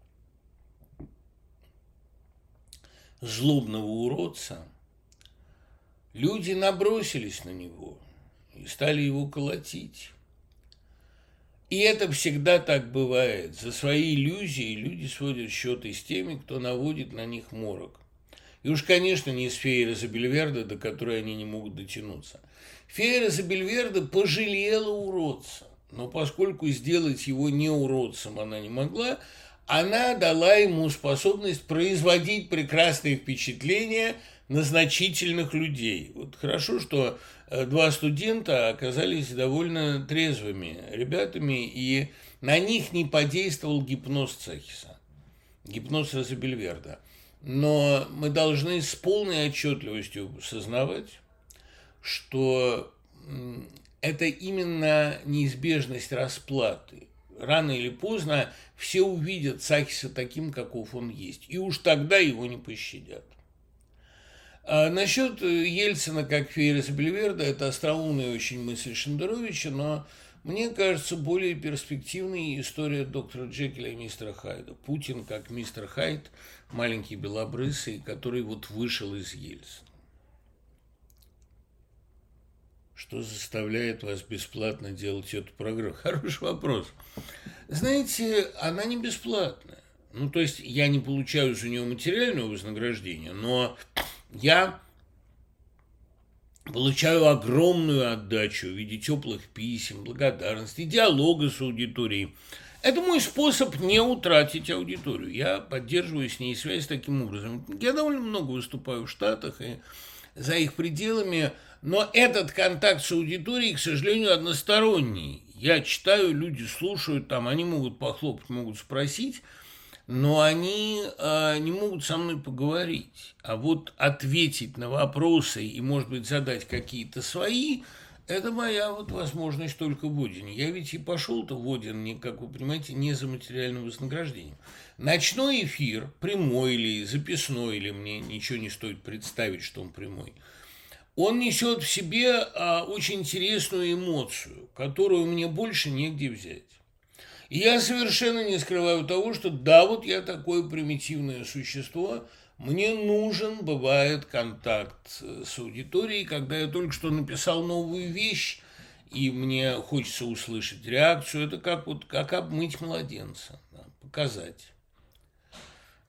злобного уродца, люди набросились на него и стали его колотить. И это всегда так бывает. За свои иллюзии люди сводят счеты с теми, кто наводит на них морок. И уж, конечно, не с феей Розабельверде, до которой они не могут дотянуться. Фея Розабельверде пожалела уродца, но поскольку сделать его не уродцем она не могла, она дала ему способность производить прекрасные впечатления на значительных людей. Вот хорошо, что два студента оказались довольно трезвыми ребятами, и на них не подействовал гипноз Цахиса, гипноз Розабельверде. Но мы должны с полной отчетливостью сознавать, что это именно неизбежность расплаты. Рано или поздно все увидят Цахиса таким, каков он есть, и уж тогда его не пощадят. А насчет Ельцина как феи Розабельверде, это остроумная очень мысль Шендеровича, но мне кажется, более перспективной история доктора Джекиля и мистера Хайда. Путин как мистер Хайд, маленький белобрысый, который вот вышел из Ельцина. Что заставляет вас бесплатно делать эту программу? Хороший вопрос. Знаете, она не бесплатная. Ну, то есть, я не получаю за нее материального вознаграждения, но я получаю огромную отдачу в виде теплых писем, благодарности, диалога с аудиторией. Это мой способ не утратить аудиторию. Я поддерживаю с ней связь таким образом. Я довольно много выступаю в Штатах и за их пределами, но этот контакт с аудиторией, к сожалению, односторонний. Я читаю, люди слушают, там, они могут похлопать, могут спросить, но они э, не могут со мной поговорить. А вот ответить на вопросы и, может быть, задать какие-то свои, это моя вот возможность только в Одине. Я ведь и пошел-то в Один, не, как вы понимаете, не за материальным вознаграждением. Ночной эфир, прямой или записной, или мне ничего не стоит представить, что он прямой, он несет в себе а, очень интересную эмоцию, которую мне больше негде взять. И я совершенно не скрываю того, что да, вот я такое примитивное существо, мне нужен, бывает, контакт с аудиторией, когда я только что написал новую вещь, и мне хочется услышать реакцию. Это как, вот, как обмыть младенца, да, показать.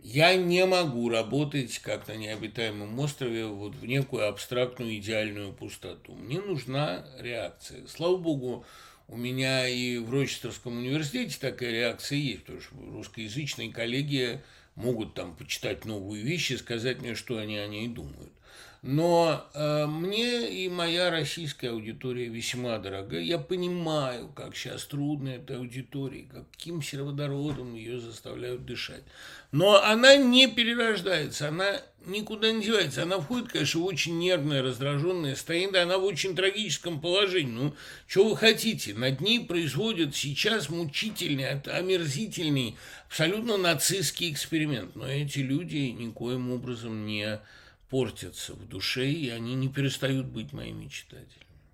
Я не могу работать, как на необитаемом острове, вот в некую абстрактную идеальную пустоту. Мне нужна реакция. Слава богу, у меня и в Рочестерском университете такая реакция есть, потому что русскоязычные коллеги могут там почитать новые вещи, сказать мне, что они о ней думают. Но э, мне и моя российская аудитория весьма дорога. Я понимаю, как сейчас трудно этой аудитории, каким сероводородом ее заставляют дышать. Но она не перерождается, она никуда не девается. Она входит, конечно, в очень нервное, раздраженное состояние, она в очень трагическом положении. Ну, что вы хотите? Над ней производят сейчас мучительный, омерзительный, абсолютно нацистский эксперимент. Но эти люди никоим образом не портятся в душе, и они не перестают быть моими читателями.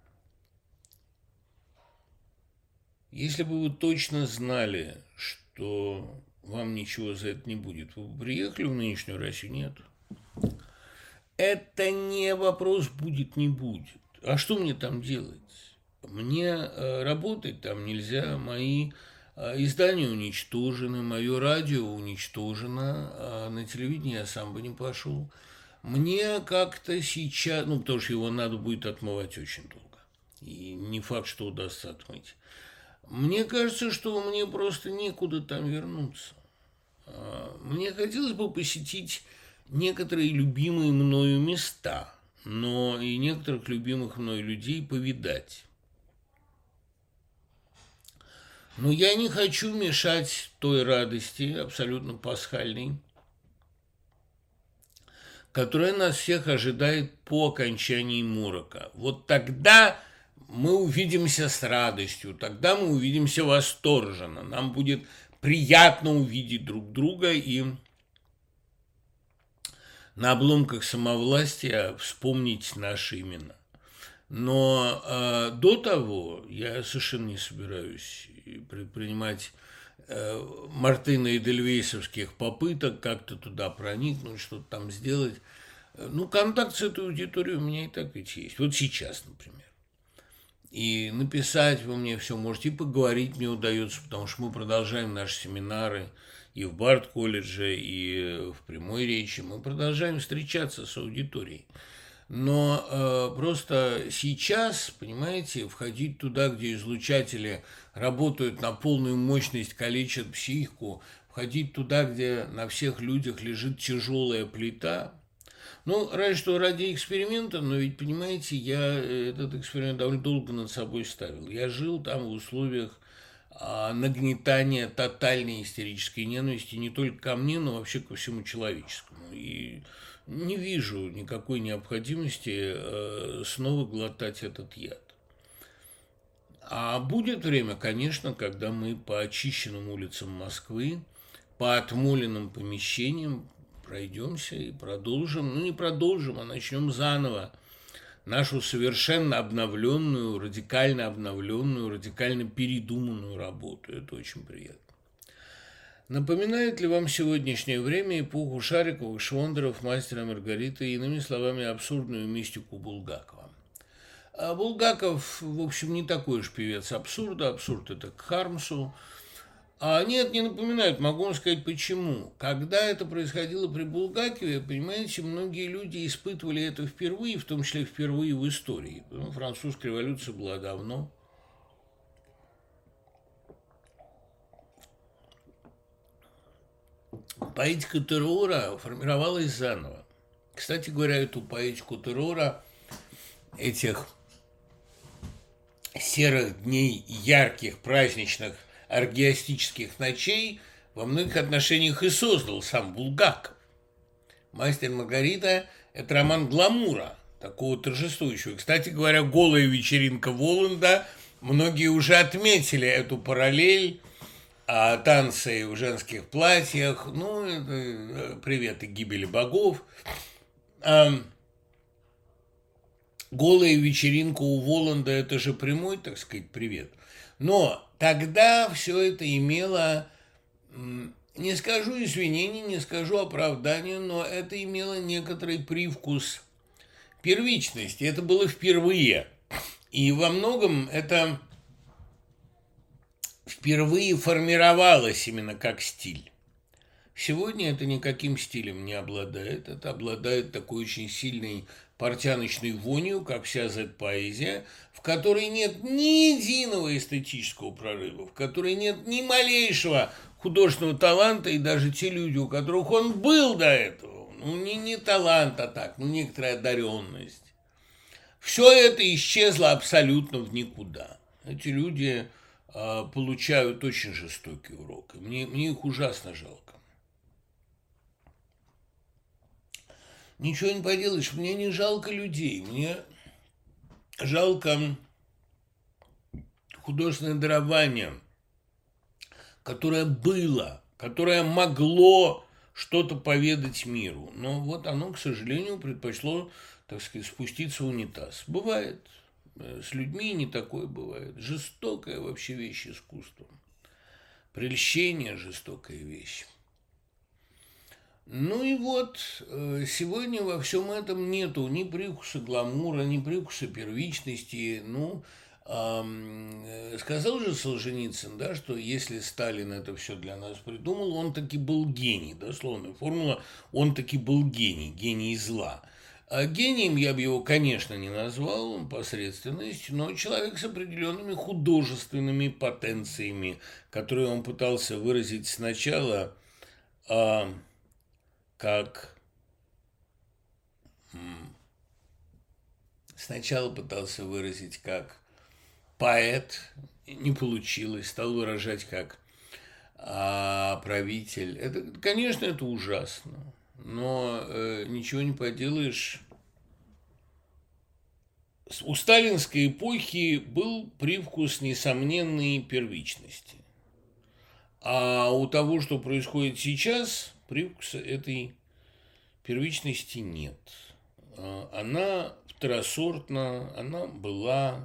Если бы вы точно знали, что вам ничего за это не будет, вы бы приехали в нынешнюю Россию? Нет. Это не вопрос будет, не будет. А что мне там делать? Мне э, работать там нельзя, мои э, издания уничтожены, мое радио уничтожено, а на телевидение я сам бы не пошел. Мне как-то сейчас, ну, потому что его надо будет отмывать очень долго, и не факт, что удастся отмыть. Мне кажется, что мне просто некуда там вернуться. Мне хотелось бы посетить некоторые любимые мною места, но и некоторых любимых мною людей повидать. Но я не хочу мешать той радости, абсолютно пасхальной, которая нас всех ожидает по окончании морока. Вот тогда мы увидимся с радостью, тогда мы увидимся восторженно, нам будет приятно увидеть друг друга и на обломках самовластия вспомнить наши имена. Но э, до того я совершенно не собираюсь предпринимать э, Мартына и Эдельвейсовских попыток как-то туда проникнуть, что-то там сделать. Ну, контакт с этой аудиторией у меня и так ведь есть. Вот сейчас, например. И написать вы мне все можете, и поговорить мне удается, потому что мы продолжаем наши семинары и в Барт-колледже, и в прямой речи. Мы продолжаем встречаться с аудиторией. Но э, просто сейчас, понимаете, входить туда, где излучатели работают на полную мощность, калечат психику, входить туда, где на всех людях лежит тяжелая плита. Ну, разве что ради эксперимента, но ведь, понимаете, я этот эксперимент довольно долго над собой ставил. Я жил там в условиях а, нагнетания тотальной истерической ненависти не только ко мне, но вообще ко всему человеческому. И не вижу никакой необходимости э, снова глотать этот яд. А будет время, конечно, когда мы по очищенным улицам Москвы, по отмоленным помещениям пройдемся и продолжим, ну не продолжим, а начнем заново нашу совершенно обновленную, радикально обновленную, радикально передуманную работу. Это очень приятно. Напоминает ли вам сегодняшнее время эпоху Шариковых, Швондеров, Мастера Маргариты и, иными словами, абсурдную мистику Булгакова? А Булгаков, в общем, не такой уж певец абсурда, абсурд это к Хармсу. А нет, не напоминают, могу вам сказать почему. Когда это происходило при Булгакове, понимаете, многие люди испытывали это впервые, в том числе впервые в истории. Ну, французская революция была давно. Поэтика террора формировалась заново. Кстати говоря, эту поэтику террора, этих серых дней, ярких, праздничных, оргиастических ночей во многих отношениях и создал сам Булгаков. «Мастер и Маргарита» – это роман гламура, такого торжествующего. Кстати говоря, «Голая вечеринка Воланда», многие уже отметили эту параллель, а танцы в женских платьях, ну, это привет и гибели богов. А «Голая вечеринка у Воланда» – это же прямой, так сказать, привет. Но тогда все это имело, не скажу извинений, не скажу оправдания, но это имело некоторый привкус первичности. Это было впервые. И во многом это впервые формировалось именно как стиль. Сегодня это никаким стилем не обладает. Это обладает такой очень сильной портяночной вонью, как вся зет-поэзия, в которой нет ни единого эстетического прорыва, в которой нет ни малейшего художественного таланта, и даже те люди, у которых он был до этого, ну, не, не талант, а так, ну, некоторая одаренность. Все это исчезло абсолютно в никуда. Эти люди э, получают очень жестокий урок. И мне, мне их ужасно жалко. Ничего не поделаешь, мне не жалко людей, мне жалко художественное дарование, которое было, которое могло что-то поведать миру. Но вот оно, к сожалению, предпочло, так сказать, спуститься в унитаз. Бывает. С людьми не такое бывает. Жестокая вообще вещь искусства. Прельщение – жестокая вещь. Ну и вот, сегодня во всем этом нету ни привкуса гламура, ни привкуса первичности. Ну, эм, сказал же Солженицын, да, что если Сталин это все для нас придумал, он таки был гений, дословная формула, он таки был гений, гений зла. А гением я бы его, конечно, не назвал, он посредственность, но человек с определенными художественными потенциями, которые он пытался выразить сначала э, как... Сначала пытался выразить как поэт, не получилось, стал выражать как а, правитель. Это, конечно, это ужасно, но э, ничего не поделаешь. У сталинской эпохи был привкус несомненной первичности. А у того, что происходит сейчас, привкуса этой первичности нет. Она второсортна, она была.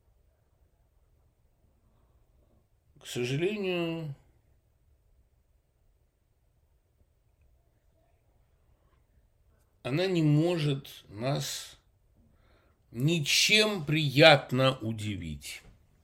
К сожалению, она не может нас ничем приятно удивить.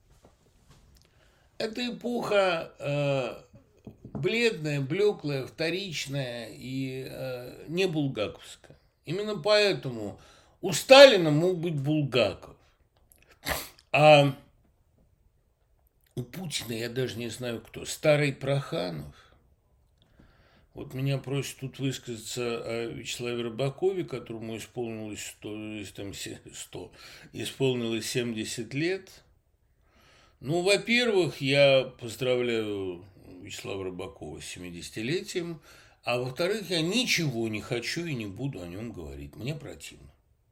Эта эпоха э, бледная, блеклая, вторичная и э, не булгаковская. Именно поэтому у Сталина мог быть Булгаков, а у Путина я даже не знаю кто, старый Проханов. Вот меня просят тут высказаться о Вячеславе Рыбакове, которому исполнилось сто, там, сто, исполнилось семьдесят лет. Ну, во-первых, я поздравляю Вячеслава Рыбакова с семидесятилетием, а во-вторых, я ничего не хочу и не буду о нем говорить. Мне противно.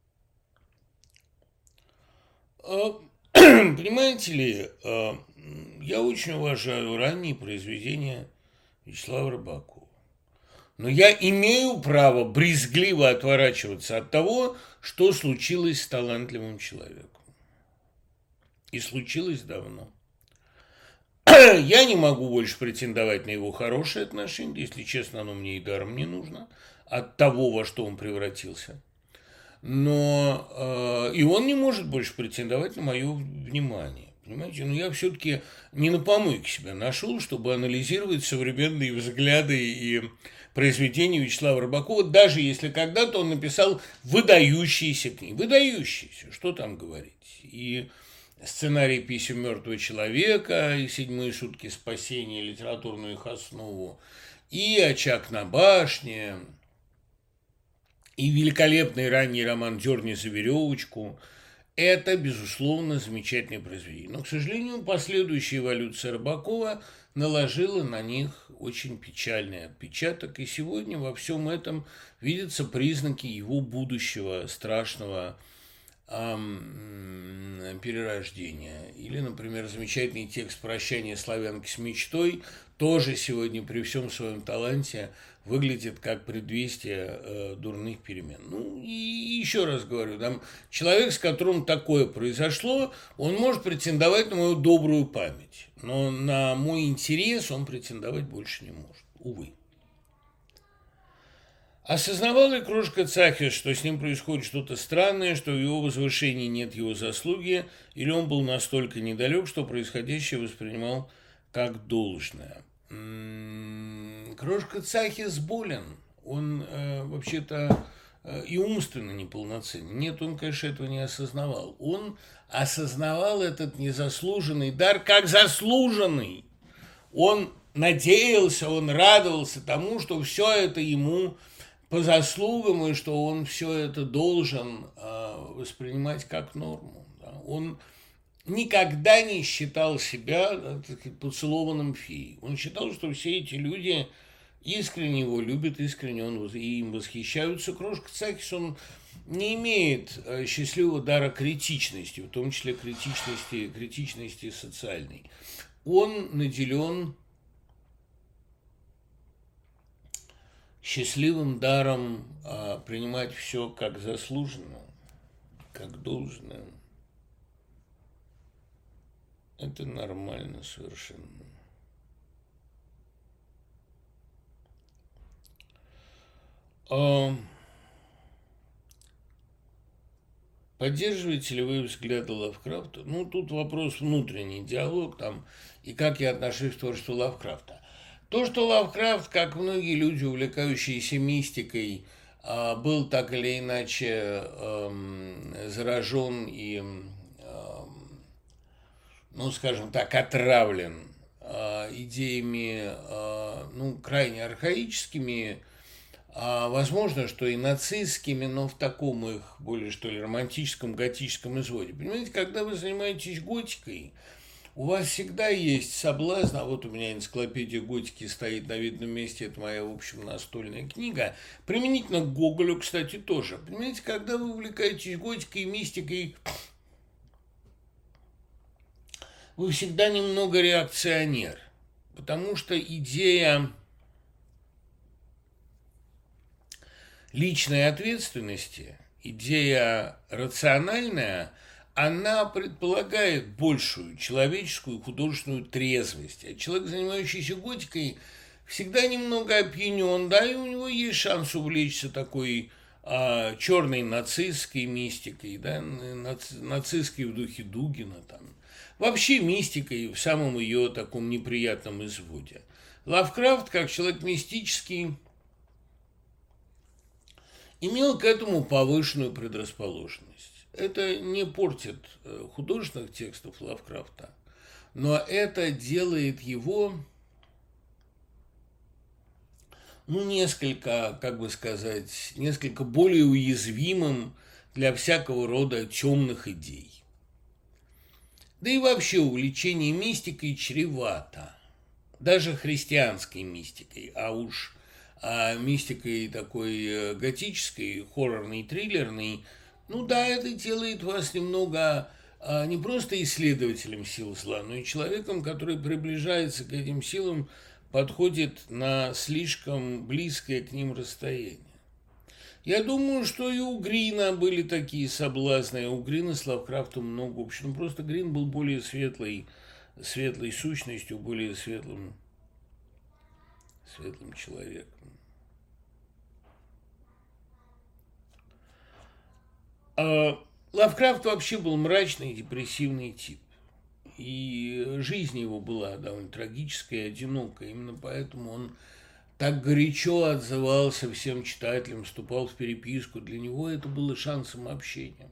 Понимаете ли, я очень уважаю ранние произведения Вячеслава Рыбакова. Но я имею право брезгливо отворачиваться от того, что случилось с талантливым человеком. И случилось давно. Я не могу больше претендовать на его хорошие отношения, если честно, оно мне и даром не нужно, от того, во что он превратился. Но э, и он не может больше претендовать на мое внимание. Понимаете, но я все-таки не на помойке себя нашел, чтобы анализировать современные взгляды и произведения Вячеслава Рыбакова, даже если когда-то он написал выдающиеся книги. Выдающиеся, что там говорить. И сценарий «Писем мертвого человека», и «Седьмые сутки спасения», литературную их основу, и «Очаг на башне», и великолепный ранний роман «Дерни за веревочку». Это, безусловно, замечательное произведение. Но, к сожалению, последующая эволюция Рыбакова наложила на них очень печальный отпечаток. И сегодня во всем этом видятся признаки его будущего страшного эм, перерождения. Или, например, замечательный текст «Прощание славянки с мечтой» тоже сегодня при всем своем таланте выглядит как предвестие э, дурных перемен. Ну, и еще раз говорю, там, человек, с которым такое произошло, он может претендовать на мою добрую память, но на мой интерес он претендовать больше не может, увы. Осознавал ли Крошка Цахис, что с ним происходит что-то странное, что в его возвышении нет его заслуги, или он был настолько недалек, что происходящее воспринимал как должное? Крошка Цахис болен. Он э, вообще-то э, и умственно неполноценен. Нет, он, конечно, этого не осознавал. Он осознавал этот незаслуженный дар как заслуженный. Он надеялся, он радовался тому, что все это ему по заслугам, и что он все это должен э, воспринимать как норму. Да. Он никогда не считал себя, так сказать, поцелованным феей. Он считал, что все эти люди искренне его любят, искренне он, и им восхищаются. Крошка Цахис, он не имеет э, счастливого дара критичности, в том числе критичности, критичности социальной. Он наделен счастливым даром а, принимать все как заслуженно, как должное. Это нормально совершенно. А, поддерживаете ли вы взгляды Лавкрафта? Ну, тут вопрос внутренний диалог там, и как я отношусь к творчеству Лавкрафта. То, что Лавкрафт, как многие люди, увлекающиеся мистикой, был так или иначе заражен и, ну, скажем так, отравлен идеями, ну, крайне архаическими, возможно, что и нацистскими, но в таком их более, что ли, романтическом, готическом изводе. Понимаете, когда вы занимаетесь готикой, у вас всегда есть соблазн, а вот у меня энциклопедия готики стоит на видном месте, это моя, в общем, настольная книга, применительно к Гоголю, кстати, тоже. Понимаете, когда вы увлекаетесь готикой и мистикой, вы всегда немного реакционер, потому что идея личной ответственности, идея рациональная, она предполагает большую человеческую художественную трезвость. А человек, занимающийся готикой, всегда немного опьянен, да, и у него есть шанс увлечься такой а, черной нацистской мистикой, да, наци, нацистской в духе Дугина, там. Вообще мистикой в самом ее таком неприятном изводе. Лавкрафт, как человек мистический, имел к этому повышенную предрасположенность. Это не портит художественных текстов Лавкрафта, но это делает его, ну, несколько, как бы сказать, несколько более уязвимым для всякого рода темных идей. Да и вообще увлечение мистикой чревато, даже христианской мистикой, а уж а мистикой такой готической, хоррорной, триллерной. Ну да, это делает вас немного а, не просто исследователем сил зла, но и человеком, который приближается к этим силам, подходит на слишком близкое к ним расстояние. Я думаю, что и у Грина были такие соблазны, у Грина с Лавкрафтом много общего. Ну, просто Грин был более светлой, светлой сущностью, более светлым, светлым человеком. Лавкрафт вообще был мрачный, депрессивный тип. И жизнь его была довольно трагическая и одинокая. Именно поэтому он так горячо отзывался всем читателям, вступал в переписку. Для него это было шансом общения.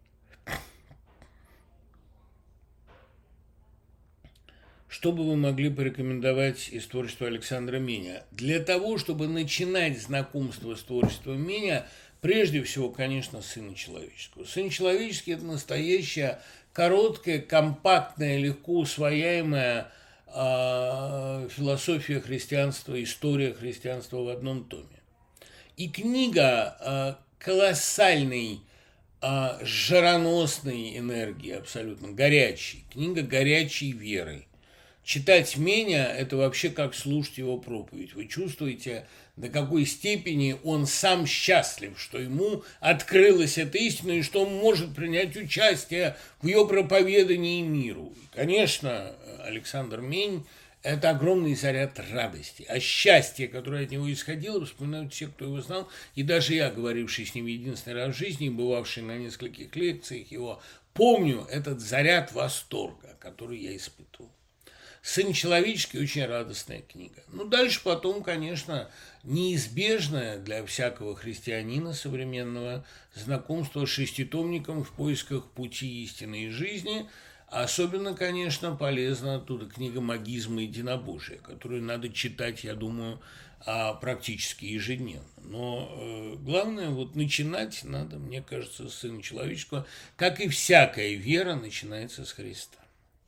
Что бы вы могли порекомендовать из творчества Александра Меня? Для того, чтобы начинать знакомство с творчеством Меня, прежде всего, конечно, «Сына человеческого». «Сын человеческий» – это настоящая, короткая, компактная, легко усвояемая э, философия христианства, история христианства в одном томе. И книга э, колоссальной, э, жароносной энергии, абсолютно горячей. Книга горячей веры. Читать Меня – это вообще как слушать его проповедь. Вы чувствуете, до какой степени он сам счастлив, что ему открылась эта истина, и что он может принять участие в ее проповедании миру. Конечно, Александр Мень – это огромный заряд радости. А счастье, которое от него исходило, вспоминают все, кто его знал, и даже я, говоривший с ним единственный раз в жизни, бывавший на нескольких лекциях его, помню этот заряд восторга, который я испытывал. «Сын человеческий» очень радостная книга. Ну, дальше потом, конечно, неизбежное для всякого христианина современного знакомство с шеститомником в поисках пути истины и жизни. Особенно, конечно, полезна оттуда книга «Магизма и единобожия», которую надо читать, я думаю, практически ежедневно. Но э, главное, вот начинать надо, мне кажется, с Сына Человеческого, как и всякая вера начинается с Христа.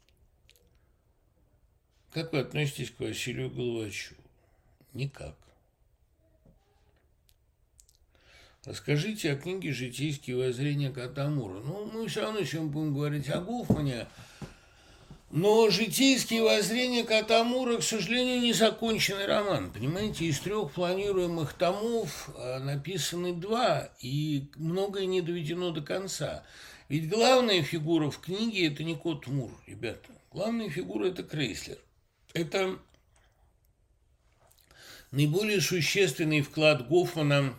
Как вы относитесь к Василию Головачеву? Никак. Расскажите о книге «Житейские воззрения кота Мура». Ну, мы все равно еще будем говорить о Гофмане, но «Житейские воззрения кота Мура», к сожалению, незаконченный роман. Понимаете, из трех планируемых томов написаны два, и многое не доведено до конца. Ведь главная фигура в книге – это не кот Мур, ребята. Главная фигура – это Крейслер. Это наиболее существенный вклад Гофмана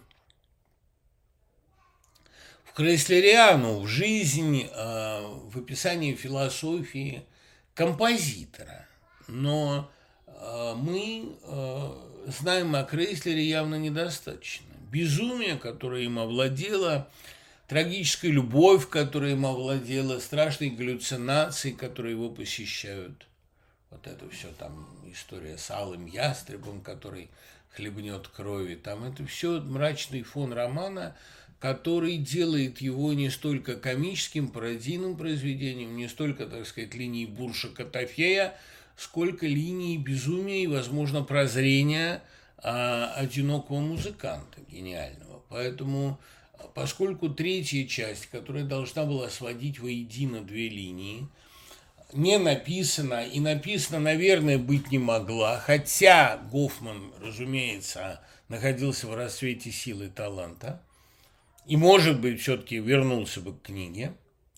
в крейслериану, в жизнь, в описание философии композитора. Но мы знаем о Крейслере явно недостаточно. Безумие, которое им овладело, трагическая любовь, которая им овладела, страшные галлюцинации, которые его посещают. Вот это все там история с алым ястребом, который хлебнет крови. Там это все мрачный фон романа, который делает его не столько комическим, пародийным произведением, не столько, так сказать, линией Бурша-Котофея, сколько линией безумия и, возможно, прозрения а, одинокого музыканта гениального. Поэтому, поскольку третья часть, которая должна была сводить воедино две линии, не написана, и написана, наверное, быть не могла, хотя Гофман, разумеется, находился в расцвете силы и таланта, и, может быть, все-таки вернулся бы к книге,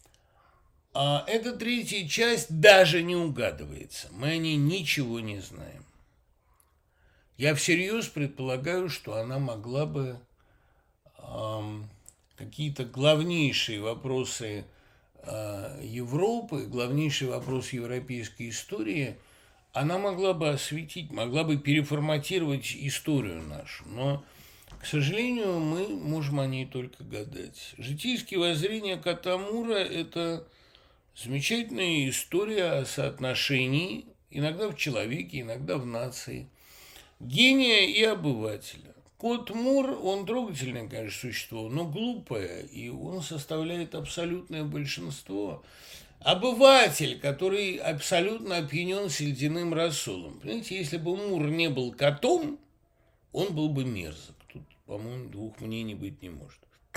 а эта третья часть даже не угадывается. Мы о ней ничего не знаем. Я всерьез предполагаю, что она могла бы эм, какие-то главнейшие вопросы Европы, главнейший вопрос европейской истории, она могла бы осветить, могла бы переформатировать историю нашу. Но, к сожалению, мы можем о ней только гадать. «Житейские воззрения кота Мура» – это замечательная история о соотношении, иногда в человеке, иногда в нации, гения и обывателя. Кот Мур, он трогательное, конечно, существо, но глупое, и он составляет абсолютное большинство. Обыватель, который абсолютно опьянен ледяным рассолом. Понимаете, если бы Мур не был котом, он был бы мерзок. Тут, по-моему, двух мнений быть не может.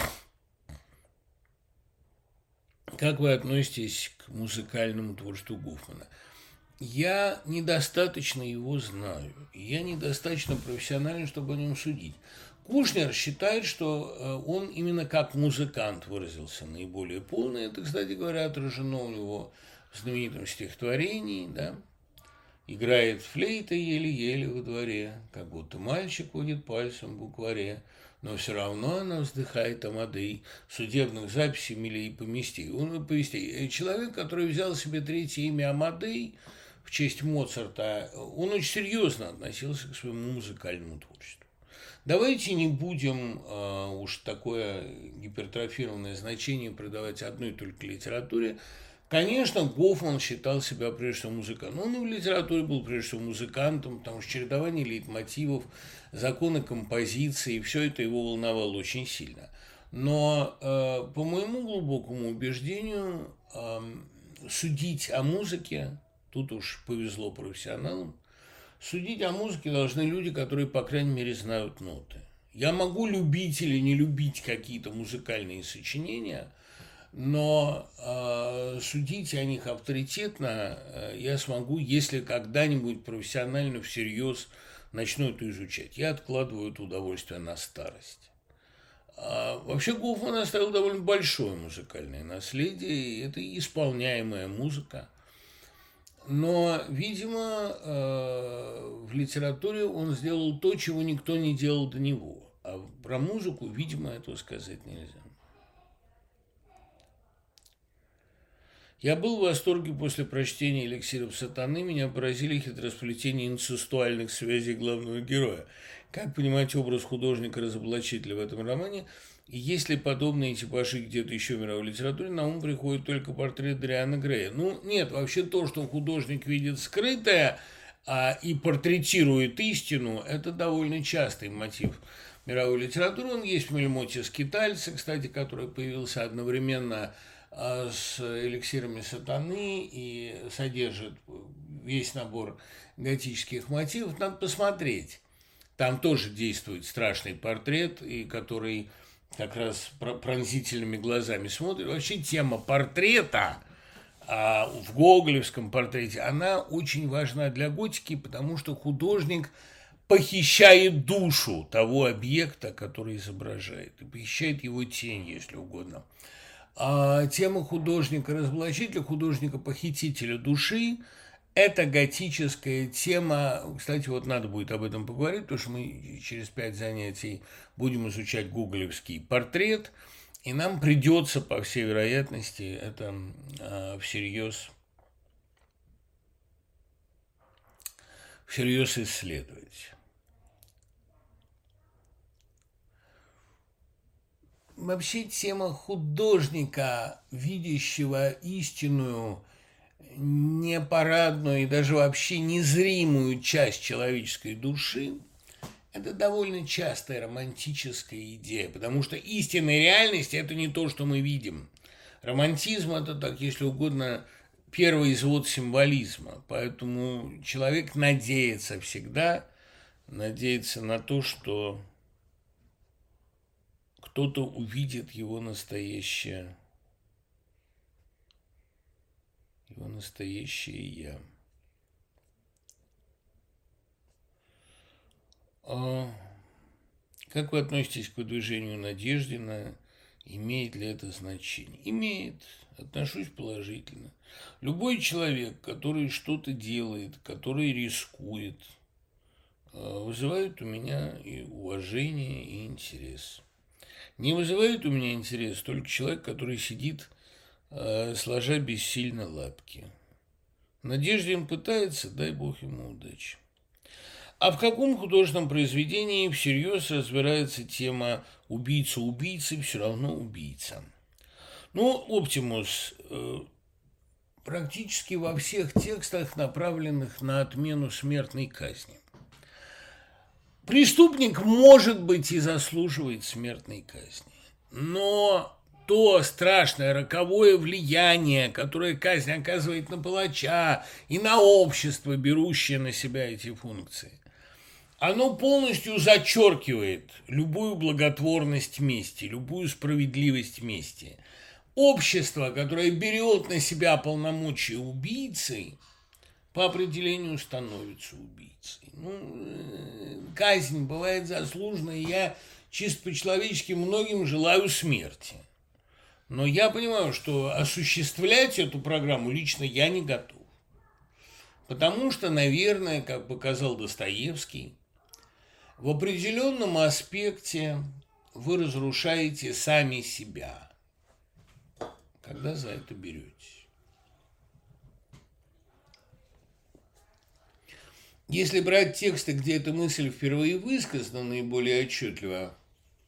Как вы относитесь к музыкальному творчеству Гофмана? Я недостаточно его знаю, я недостаточно профессионален, чтобы о нем судить. Кушнер считает, что он именно как музыкант выразился наиболее полно. Это, кстати говоря, отражено у него в знаменитом стихотворении, да? Играет флейта еле-еле во дворе, как будто мальчик водит пальцем в букваре, но все равно она вздыхает Амадей, судебных записей милей поместей. Он повестей. Человек, который взял себе третье имя Амадей в честь Моцарта, он очень серьезно относился к своему музыкальному творчеству. Давайте не будем э, уж такое гипертрофированное значение придавать одной только литературе. Конечно, Гофман считал себя прежде всего музыкантом. Он и в литературе был прежде всего музыкантом, потому что чередование лейтмотивов, законы композиции, все это его волновало очень сильно. Но, э, по моему глубокому убеждению, э, судить о музыке, тут уж повезло профессионалам, судить о музыке должны люди, которые, по крайней мере, знают ноты. Я могу любить или не любить какие-то музыкальные сочинения, но э, судить о них авторитетно э, я смогу, если когда-нибудь профессионально всерьез начну это изучать. Я откладываю это удовольствие на старость. А, вообще Гофман оставил довольно большое музыкальное наследие, и это исполняемая музыка. Но, видимо, в литературе он сделал то, чего никто не делал до него. А про музыку, видимо, этого сказать нельзя. Я был в восторге после прочтения «Эликсиров сатаны». Меня поразили хитросплетения инцестуальных связей главного героя. Как понимать образ художника-разоблачителя в этом романе? И есть ли подобные типажи где-то еще в мировой литературе, на ум приходит только портрет Дориана Грея. Ну, нет, вообще то, что художник видит скрытое а, и портретирует истину, это довольно частый мотив мировой литературы. Он есть в «Мельмоте скитальца», кстати, который появился одновременно с «Эликсирами сатаны» и содержит весь набор готических мотивов. Надо посмотреть. Там тоже действует страшный портрет, и который как раз пронзительными глазами смотрит. Вообще тема портрета а в гоголевском портрете, она очень важна для готики, потому что художник похищает душу того объекта, который изображает, и похищает его тень, если угодно. А тема художника-разоблачителя, художника-похитителя души – это готическая тема. Кстати, вот надо будет об этом поговорить, потому что мы через пять занятий будем изучать гоголевский портрет, и нам придется, по всей вероятности, это а, всерьез, всерьез исследовать. Вообще тема художника, видящего истинную, непарадную и даже вообще незримую часть человеческой души, это довольно частая романтическая идея, потому что истинная реальность – это не то, что мы видим. Романтизм – это, так, если угодно, первый извод символизма, поэтому человек надеется всегда, надеется на то, что кто-то увидит его настоящее, его настоящее «я». А как вы относитесь к выдвижению Надеждина? Имеет ли это значение? Имеет. Отношусь положительно. Любой человек, который что-то делает, который рискует, вызывает у меня и уважение, и интерес. Не вызывает у меня интерес только человек, который сидит, сложа бессильно лапки. Надеждин пытается, дай бог ему удачи. А в каком художественном произведении всерьез разбирается тема «убийца убийцы все равно убийца»? Ну, «Оптимус» э, практически во всех текстах, направленных на отмену смертной казни. Преступник, может быть, и заслуживает смертной казни, но то страшное роковое влияние, которое казнь оказывает на палача и на общество, берущее на себя эти функции, оно полностью зачеркивает любую благотворность мести, любую справедливость мести. Общество, которое берет на себя полномочия убийцы, по определению становится убийцей. Ну, казнь бывает заслуженная, и я чисто по-человечески многим желаю смерти. Но я понимаю, что осуществлять эту программу лично я не готов. Потому что, наверное, как показал Достоевский, в определенном аспекте вы разрушаете сами себя, когда за это беретесь. Если брать тексты, где эта мысль впервые высказана наиболее отчетливо,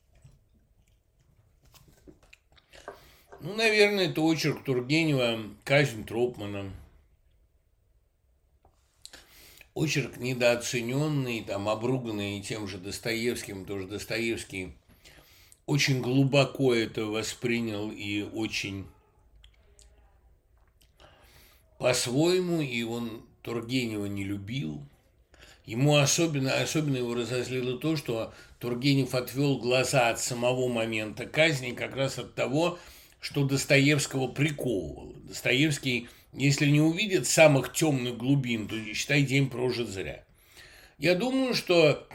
ну, наверное, это очерк Тургенева «Казнь Тропмана». Очерк недооцененный, там, обруганный тем же Достоевским, тоже Достоевский очень глубоко это воспринял и очень по-своему, и он Тургенева не любил. Ему особенно, особенно его разозлило то, что Тургенев отвел глаза от самого момента казни, как раз от того, что Достоевского приковывало. Достоевский, если не увидит самых темных глубин, то, считай, день прожит зря. Я думаю, что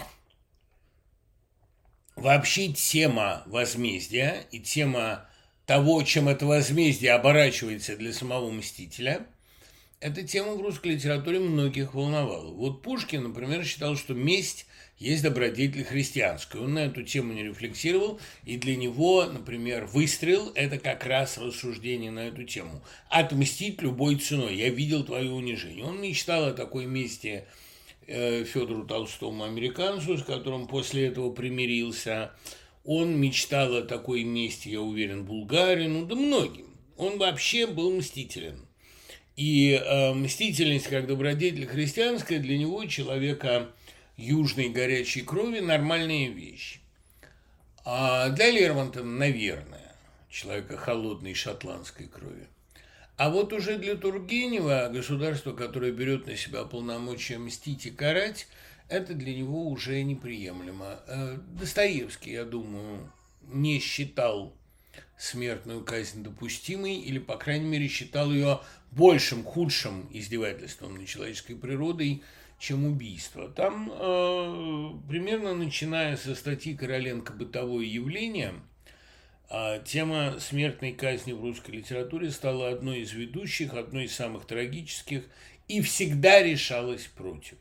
вообще тема возмездия и тема того, чем это возмездие оборачивается для самого Мстителя, эта тема в русской литературе многих волновала. Вот Пушкин, например, считал, что месть есть добродетель христианская. Он на эту тему не рефлексировал, и для него, например, выстрел – это как раз рассуждение на эту тему. Отмстить любой ценой. Я видел твое унижение. Он мечтал о такой мести Федору Толстому, американцу, с которым после этого примирился. Он мечтал о такой мести, я уверен, Булгарину, да многим. Он вообще был мстителен. И э, мстительность как добродетель христианская для него, человека южной горячей крови, нормальная вещь. А для Лермонтова, наверное, человека холодной шотландской крови. А вот уже для Тургенева государство, которое берет на себя полномочия мстить и карать, это для него уже неприемлемо. Достоевский, я думаю, не считал смертную казнь допустимой, или, по крайней мере, считал ее большим, худшим издевательством над человеческой природой, чем убийство. Там, э, примерно начиная со статьи Короленко «Бытовое явление», э, тема смертной казни в русской литературе стала одной из ведущих, одной из самых трагических, и всегда решалась против.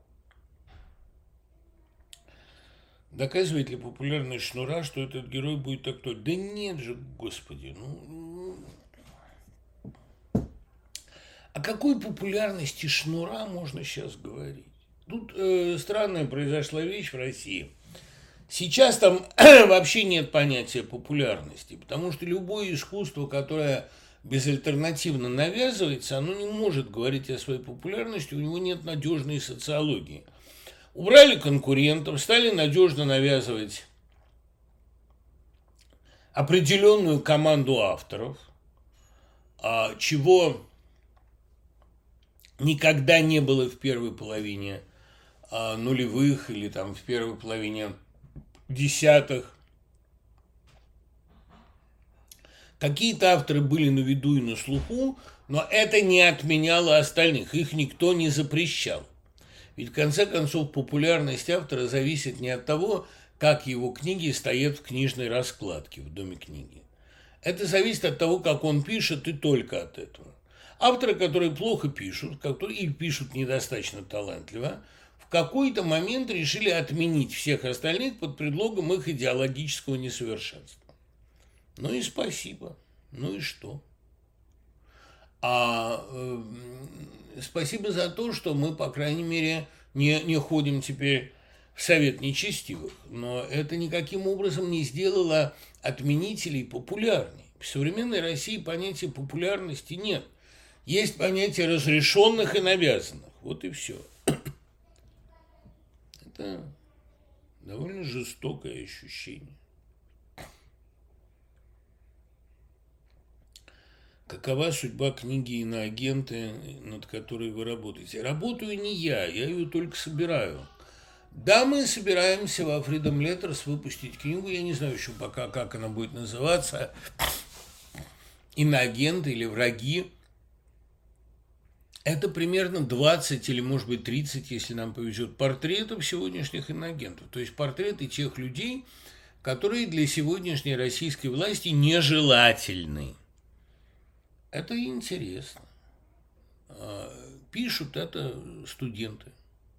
Доказывает ли популярность Шнура, что этот герой будет такой? Да нет же, господи, ну... О какой популярности Шнура можно сейчас говорить? Тут э, странная произошла вещь в России. Сейчас там вообще нет понятия популярности, потому что любое искусство, которое безальтернативно навязывается, оно не может говорить о своей популярности, у него нет надежной социологии. Убрали конкурентов, стали надежно навязывать определенную команду авторов, чего никогда не было в первой половине нулевых или там в первой половине десятых. Какие-то авторы были на виду и на слуху, но это не отменяло остальных, их никто не запрещал. Ведь в конце концов популярность автора зависит не от того, как его книги стоят в книжной раскладке в Доме книги. Это зависит от того, как он пишет, и только от этого. Авторы, которые плохо пишут, которые или пишут недостаточно талантливо, в какой-то момент решили отменить всех остальных под предлогом их идеологического несовершенства. Ну и спасибо. Ну и что? А э, спасибо за то, что мы, по крайней мере, не, не ходим теперь в совет нечестивых. Но это никаким образом не сделало отменителей популярней. В современной России понятия популярности нет. Есть понятие разрешенных и навязанных. Вот и все. Это довольно жестокое ощущение. Какова судьба книги «Иноагенты», над которой вы работаете? Работаю не я, я ее только собираю. Да, мы собираемся во Freedom Letters выпустить книгу, я не знаю еще пока, как она будет называться, «Иноагенты» или «Враги». Это примерно двадцать или, может быть, тридцать, если нам повезет, портретов сегодняшних иноагентов. То есть портреты тех людей, которые для сегодняшней российской власти нежелательны. Это интересно. Пишут это студенты.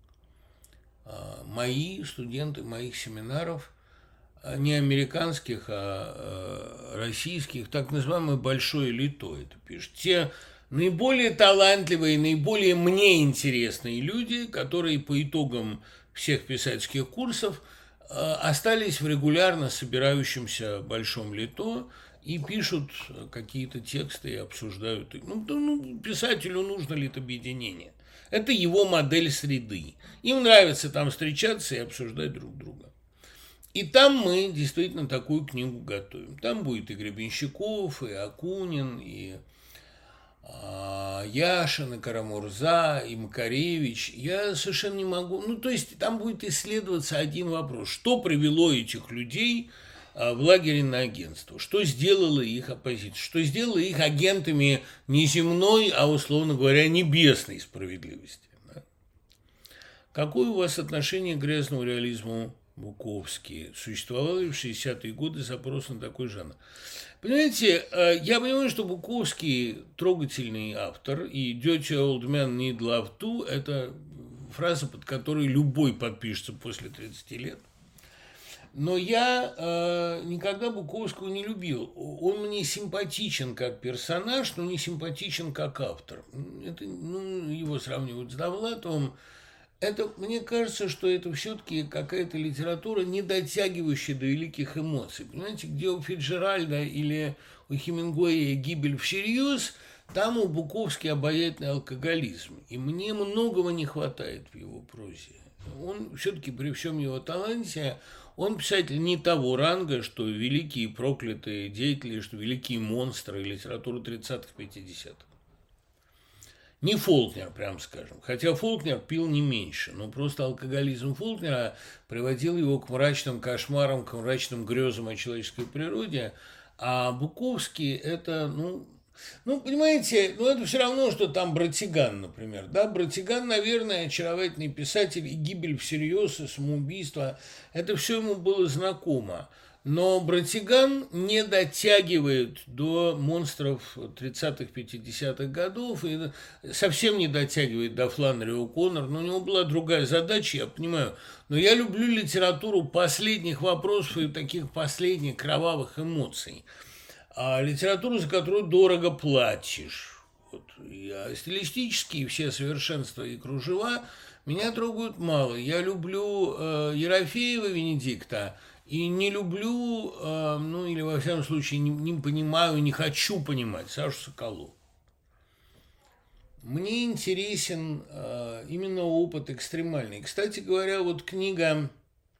Мои студенты моих семинаров, не американских, а российских, так называемое большое лито это пишут. Те наиболее талантливые, наиболее мне интересные люди, которые по итогам всех писательских курсов остались в регулярно собирающемся большом лито и пишут какие-то тексты и обсуждают их. Ну, ну, писателю нужно ли это объединение? Это его модель среды. Им нравится там встречаться и обсуждать друг друга. И там мы действительно такую книгу готовим. Там будет и Гребенщиков, и Акунин, и а, Яшин, и Карамурза, и Макаревич. Я совершенно не могу... Ну, то есть там будет исследоваться один вопрос. Что привело этих людей в лагере на агентство? Что сделало их оппозицией? Что сделало их агентами не земной, а, условно говоря, небесной справедливости? Да? Какое у вас отношение к грязному реализму Буковски? Существовал ли в шестидесятые годы запрос на такой жанр? Понимаете, я понимаю, что Буковский трогательный автор, и «Dirty old man need love too» – это фраза, под которой любой подпишется после тридцати лет. Но я э, никогда Буковского не любил. Он мне симпатичен как персонаж, но не симпатичен как автор. Это, ну, его сравнивают с Довлатовым. Это, мне кажется, что это все-таки какая-то литература, не дотягивающая до великих эмоций. Понимаете, где у Фицджеральда или у Хемингуэя гибель всерьез, там у Буковский обаятельный алкоголизм. И мне многого не хватает в его прозе. Он все-таки при всем его таланте, он писатель не того ранга, что великие проклятые деятели, что великие монстры литературы тридцатых-пятидесятых. Не Фолкнер, прям скажем. Хотя Фолкнер пил не меньше, но просто алкоголизм Фолкнера приводил его к мрачным кошмарам, к мрачным грезам о человеческой природе. А Буковский это, ну... Ну, понимаете, ну это все равно, что там Братиган, например. Да, Братиган, наверное, очаровательный писатель, и гибель всерьез, и самоубийство. Это все ему было знакомо. Но Братиган не дотягивает до монстров тридцатых-пятидесятых годов и совсем не дотягивает до Фланнери О'Коннор. Но у него была другая задача, я понимаю. Но я люблю литературу последних вопросов и таких последних кровавых эмоций. А литературу, за которую дорого платишь. Вот. А стилистические все совершенства и кружева меня трогают мало. Я люблю э, Ерофеева Венедикта и не люблю, э, ну или во всяком случае не, не понимаю, не хочу понимать Сашу Соколову. Мне интересен э, именно опыт экстремальный. Кстати говоря, вот книга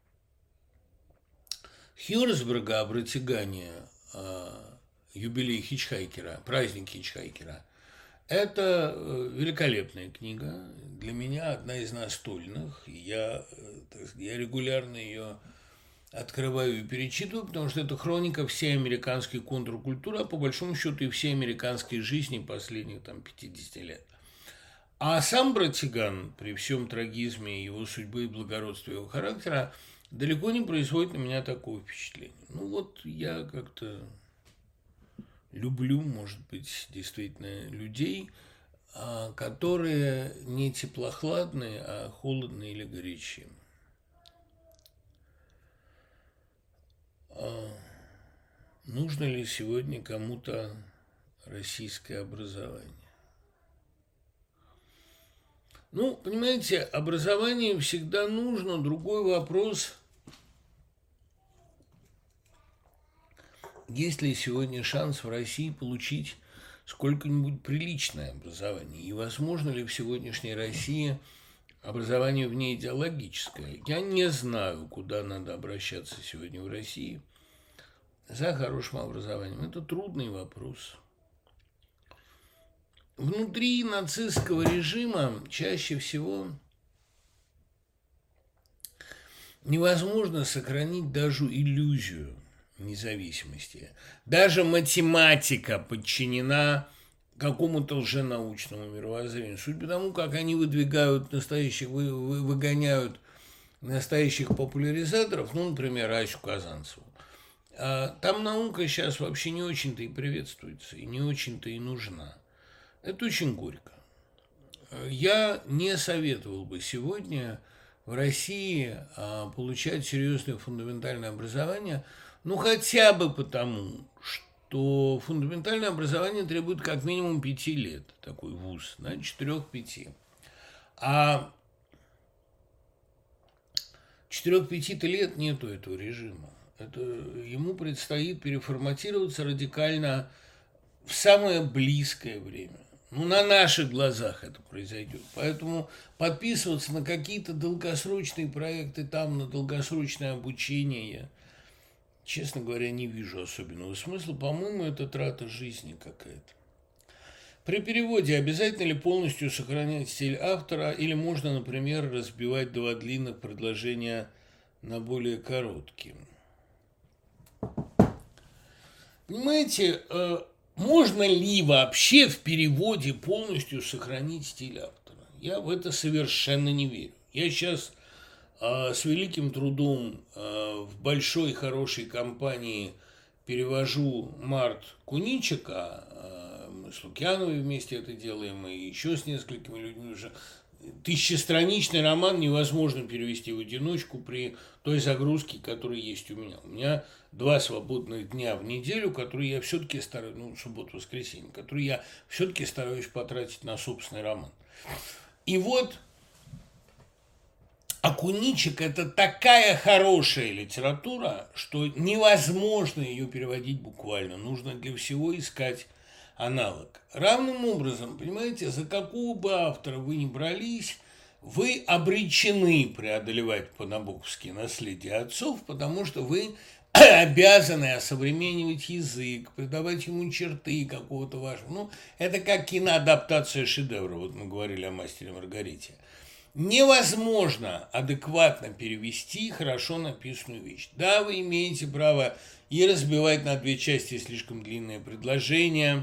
Хьюрсберга о Братигане э, «Юбилей хичхайкера», «Праздник хичхайкера». Это великолепная книга, для меня одна из настольных. Я, я регулярно ее открываю и перечитываю, потому что это хроника всей американской контркультуры, а по большому счету и всей американской жизни последних там, пятидесяти лет. А сам Братиган, при всем трагизме его судьбы и благородстве его характера, далеко не производит на меня такого впечатления. Ну вот я как-то... люблю, может быть, действительно людей, которые не теплохладные, а холодные или горячие. Нужно ли сегодня кому-то российское образование? Ну, понимаете, образование всегда нужно. Другой вопрос – есть ли сегодня шанс в России получить сколько-нибудь приличное образование? И возможно ли в сегодняшней России образование внеидеологическое? Я не знаю, куда надо обращаться сегодня в России за хорошим образованием. Это трудный вопрос. Внутри нацистского режима чаще всего невозможно сохранить даже иллюзию независимости. Даже математика подчинена какому-то лженаучному мировоззрению. Суть потому, как они выдвигают настоящих, вы, вы, выгоняют настоящих популяризаторов, ну, например, Асю Казанцеву. А там наука сейчас вообще не очень-то и приветствуется, и не очень-то и нужна. Это очень горько. Я не советовал бы сегодня в России а, получать серьезное фундаментальное образование, ну, хотя бы потому, что фундаментальное образование требует как минимум пяти лет, такой вуз, да, четырех-пяти. А четырех-пяти лет нету этого режима. Это, ему предстоит переформатироваться радикально в самое близкое время. Ну, на наших глазах это произойдет. Поэтому подписываться на какие-то долгосрочные проекты, там, на долгосрочное обучение я, честно говоря, не вижу особенного смысла. По-моему, это трата жизни какая-то. При переводе обязательно ли полностью сохранять стиль автора, или можно, например, разбивать два длинных предложения на более короткие? Понимаете, можно ли вообще в переводе полностью сохранить стиль автора? Я в это совершенно не верю. Я сейчас с великим трудом в большой хорошей компании перевожу Март Куничика, мы с Лукьяновой вместе это делаем, и еще с несколькими людьми уже. Тысячестраничный роман невозможно перевести в одиночку при той загрузке, которая есть у меня. У меня два свободных дня в неделю, которые я все-таки стараюсь, ну, субботу-воскресенье, которые я все-таки стараюсь потратить на собственный роман. И вот Окуничик – это такая хорошая литература, что невозможно ее переводить буквально. Нужно для всего искать аналог. Равным образом, понимаете, за какого бы автора вы ни брались, вы обречены преодолевать по-набоковски наследие отцов, потому что вы обязаны осовременивать язык, придавать ему черты какого-то вашего. Ну, это как киноадаптация шедевра, вот мы говорили о «Мастере и Маргарите». Невозможно адекватно перевести хорошо написанную вещь. Да, вы имеете право и разбивать на две части слишком длинное предложение,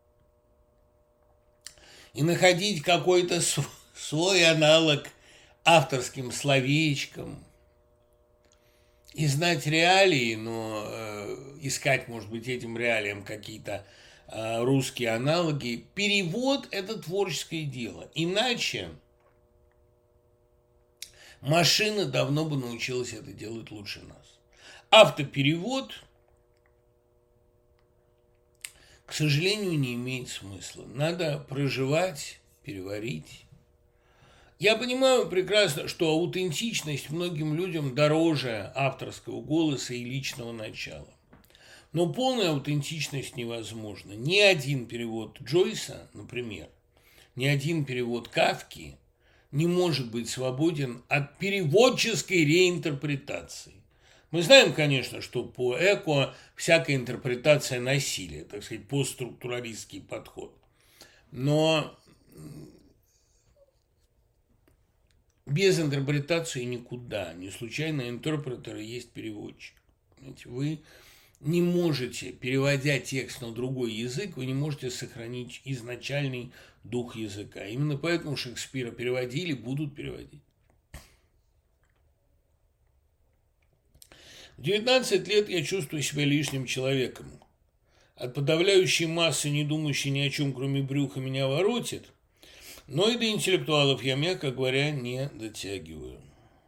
и находить какой-то свой аналог авторским словечкам, и знать реалии, но э, искать, может быть, этим реалиям какие-то э, русские аналоги. Перевод – это творческое дело. Иначе машина давно бы научилась это делать лучше нас. Автоперевод, к сожалению, не имеет смысла. Надо проживать, переварить. Я понимаю прекрасно, что аутентичность многим людям дороже авторского голоса и личного начала. Но полная аутентичность невозможна. Ни один перевод Джойса, например, ни один перевод Кафки не может быть свободен от переводческой реинтерпретации. Мы знаем, конечно, что по Эко всякая интерпретация насилия, так сказать, постструктуралистский подход. Но без интерпретации никуда. Не случайно интерпретер и есть переводчик. Понимаете, вы не можете, переводя текст на другой язык, вы не можете сохранить изначальный дух языка. Именно поэтому Шекспира переводили, будут переводить. В девятнадцать лет я чувствую себя лишним человеком. От подавляющей массы, не думающей ни о чем, кроме брюха, меня воротит, но и до интеллектуалов я, мягко говоря, не дотягиваю.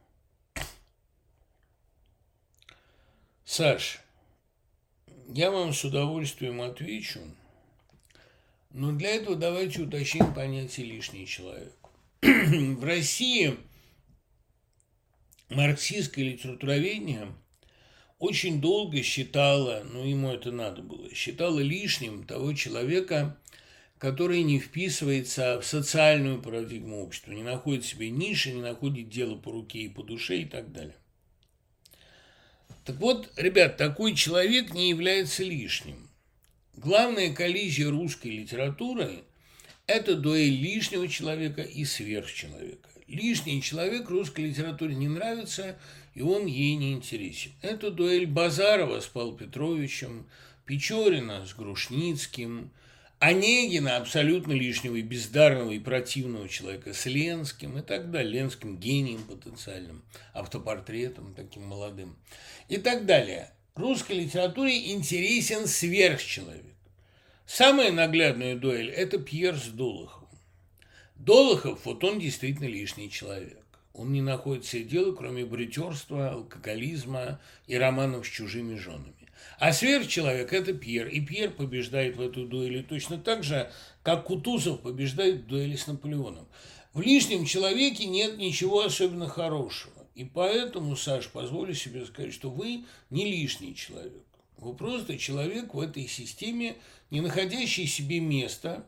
Саш, я вам с удовольствием отвечу, но для этого давайте уточним понятие «лишний человек». В России марксистское литературоведение очень долго считало, ну ему это надо было, считало лишним того человека, который не вписывается в социальную парадигму общества, не находит себе ниши, не находит дело по руке и по душе и так далее. Так вот, ребят, такой человек не является лишним. Главная коллизия русской литературы – это дуэль лишнего человека и сверхчеловека. Лишний человек русской литературе не нравится, и он ей не интересен. Это дуэль Базарова с Павлом Петровичем, Печорина с Грушницким, Онегина, абсолютно лишнего и бездарного и противного человека, с Ленским и так далее, Ленским гением потенциальным, автопортретом таким молодым и так далее. Русской литературе интересен сверхчеловек. Самая наглядная дуэль – это Пьер с Долоховым. Долохов, вот он действительно лишний человек. Он не находит себе дела, кроме бритерства, алкоголизма и романов с чужими женами. А сверхчеловек – это Пьер, и Пьер побеждает в эту дуэли точно так же, как Кутузов побеждает в дуэли с Наполеоном. В лишнем человеке нет ничего особенно хорошего. И поэтому, Саш, позволю себе сказать, что вы не лишний человек. Вы просто человек в этой системе, не находящий себе места,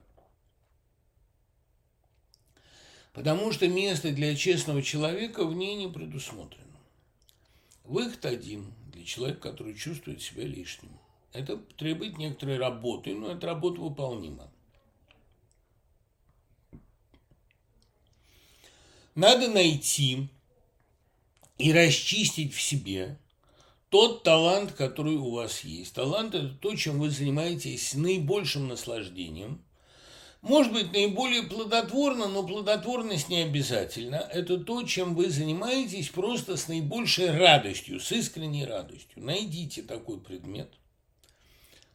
потому что место для честного человека в ней не предусмотрено. Выход один для человека, который чувствует себя лишним. Это требует некоторой работы, но эта работа выполнима. Надо найти и расчистить в себе тот талант, который у вас есть. Талант – это то, чем вы занимаетесь с наибольшим наслаждением. Может быть, наиболее плодотворно, но плодотворность не обязательно. Это то, чем вы занимаетесь просто с наибольшей радостью, с искренней радостью. Найдите такой предмет,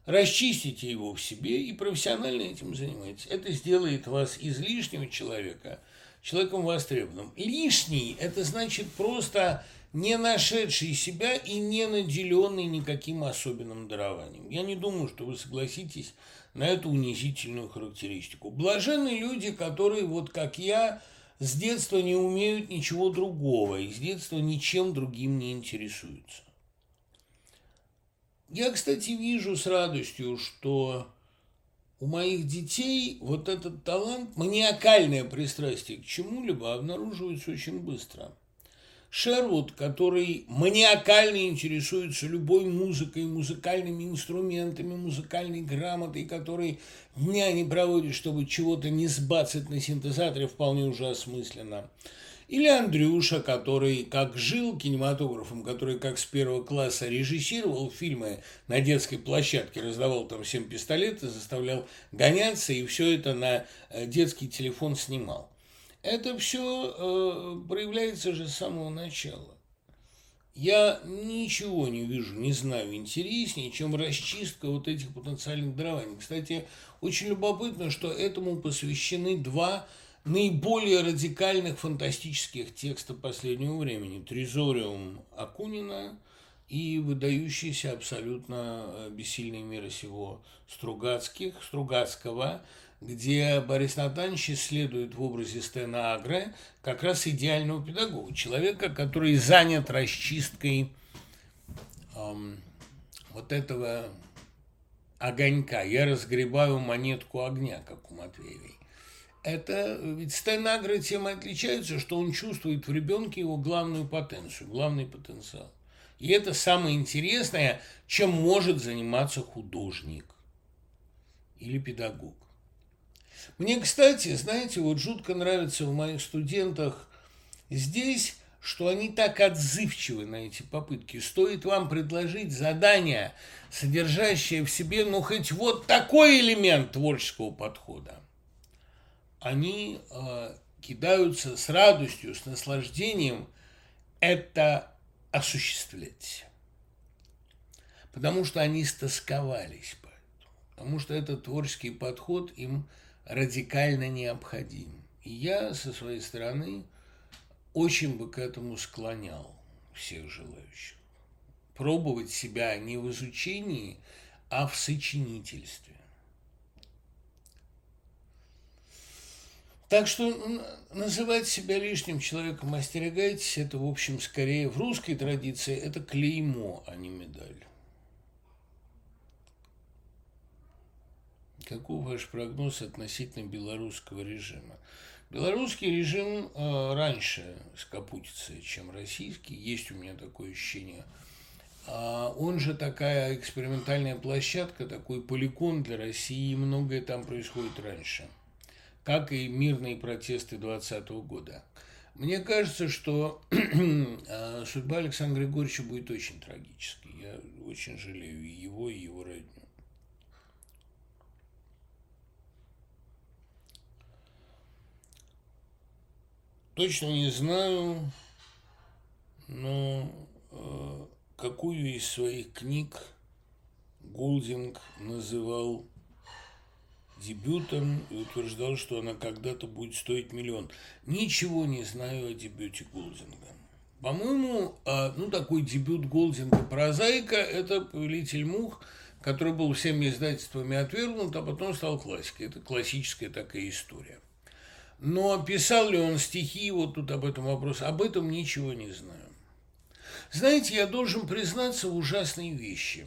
расчистите его в себе и профессионально этим занимайтесь. Это сделает вас из лишнего человека человеком востребованным. Лишний – это значит просто не нашедший себя и не наделенный никаким особенным дарованием. Я не думаю, что вы согласитесь на эту унизительную характеристику. Блаженны люди, которые, вот как я, с детства не умеют ничего другого и с детства ничем другим не интересуются. Я, кстати, вижу с радостью, что у моих детей вот этот талант, маниакальное пристрастие к чему-либо обнаруживается очень быстро. Шервуд, который маниакально интересуется любой музыкой, музыкальными инструментами, музыкальной грамотой, который дня не проводит, чтобы чего-то не сбацать на синтезаторе, вполне уже осмысленно. Или Андрюша, который как жил кинематографом, который как с первого класса режиссировал фильмы на детской площадке, раздавал там всем пистолеты, заставлял гоняться и все это на детский телефон снимал. Это все э, проявляется же с самого начала. Я ничего не вижу, не знаю интереснее, чем расчистка вот этих потенциальных дарований. Кстати, очень любопытно, что этому посвящены два наиболее радикальных фантастических текста последнего времени. «Трезориум» Акунина и выдающийся абсолютно бессильный мира сего Стругацких, Стругацкого, где Борис Натанович исследует в образе Стена Агре как раз идеального педагога, человека, который занят расчисткой эм, вот этого огонька. Я разгребаю монетку огня, как у Матвеевой. Это ведь Стен Агре тем и отличается, что он чувствует в ребенке его главную потенцию, главный потенциал. И это самое интересное, чем может заниматься художник или педагог. Мне, кстати, знаете, вот жутко нравится в моих студентах здесь, что они так отзывчивы на эти попытки. Стоит вам предложить задание, содержащее в себе, ну, хоть вот такой элемент творческого подхода, они э, кидаются с радостью, с наслаждением это осуществлять. Потому что они стосковались по этому. Потому что этот творческий подход им радикально необходим. И я со своей стороны очень бы к этому склонял всех желающих. Пробовать себя не в изучении, а в сочинительстве. Так что называть себя лишним человеком, остерегайтесь, это, в общем, скорее в русской традиции это клеймо, а не медаль. Каков ваш прогноз относительно белорусского режима? Белорусский режим э, раньше скопутится, чем российский, есть у меня такое ощущение. А он же такая экспериментальная площадка, такой полигон для России, и многое там происходит раньше, как и мирные протесты двадцатого года. Мне кажется, что судьба Александра Григорьевича будет очень трагической. Я очень жалею и его, и его родню. Точно не знаю, но э, какую из своих книг Голдинг называл дебютом и утверждал, что она когда-то будет стоить миллион. Ничего не знаю о дебюте Голдинга. По-моему, э, ну, такой дебют Голдинга «Прозаика» – это «Повелитель мух», который был всеми издательствами отвергнут, а потом стал классикой. Это классическая такая история. Но писал ли он стихи, вот тут об этом вопрос, об этом ничего не знаю. Знаете, я должен признаться в ужасной вещи.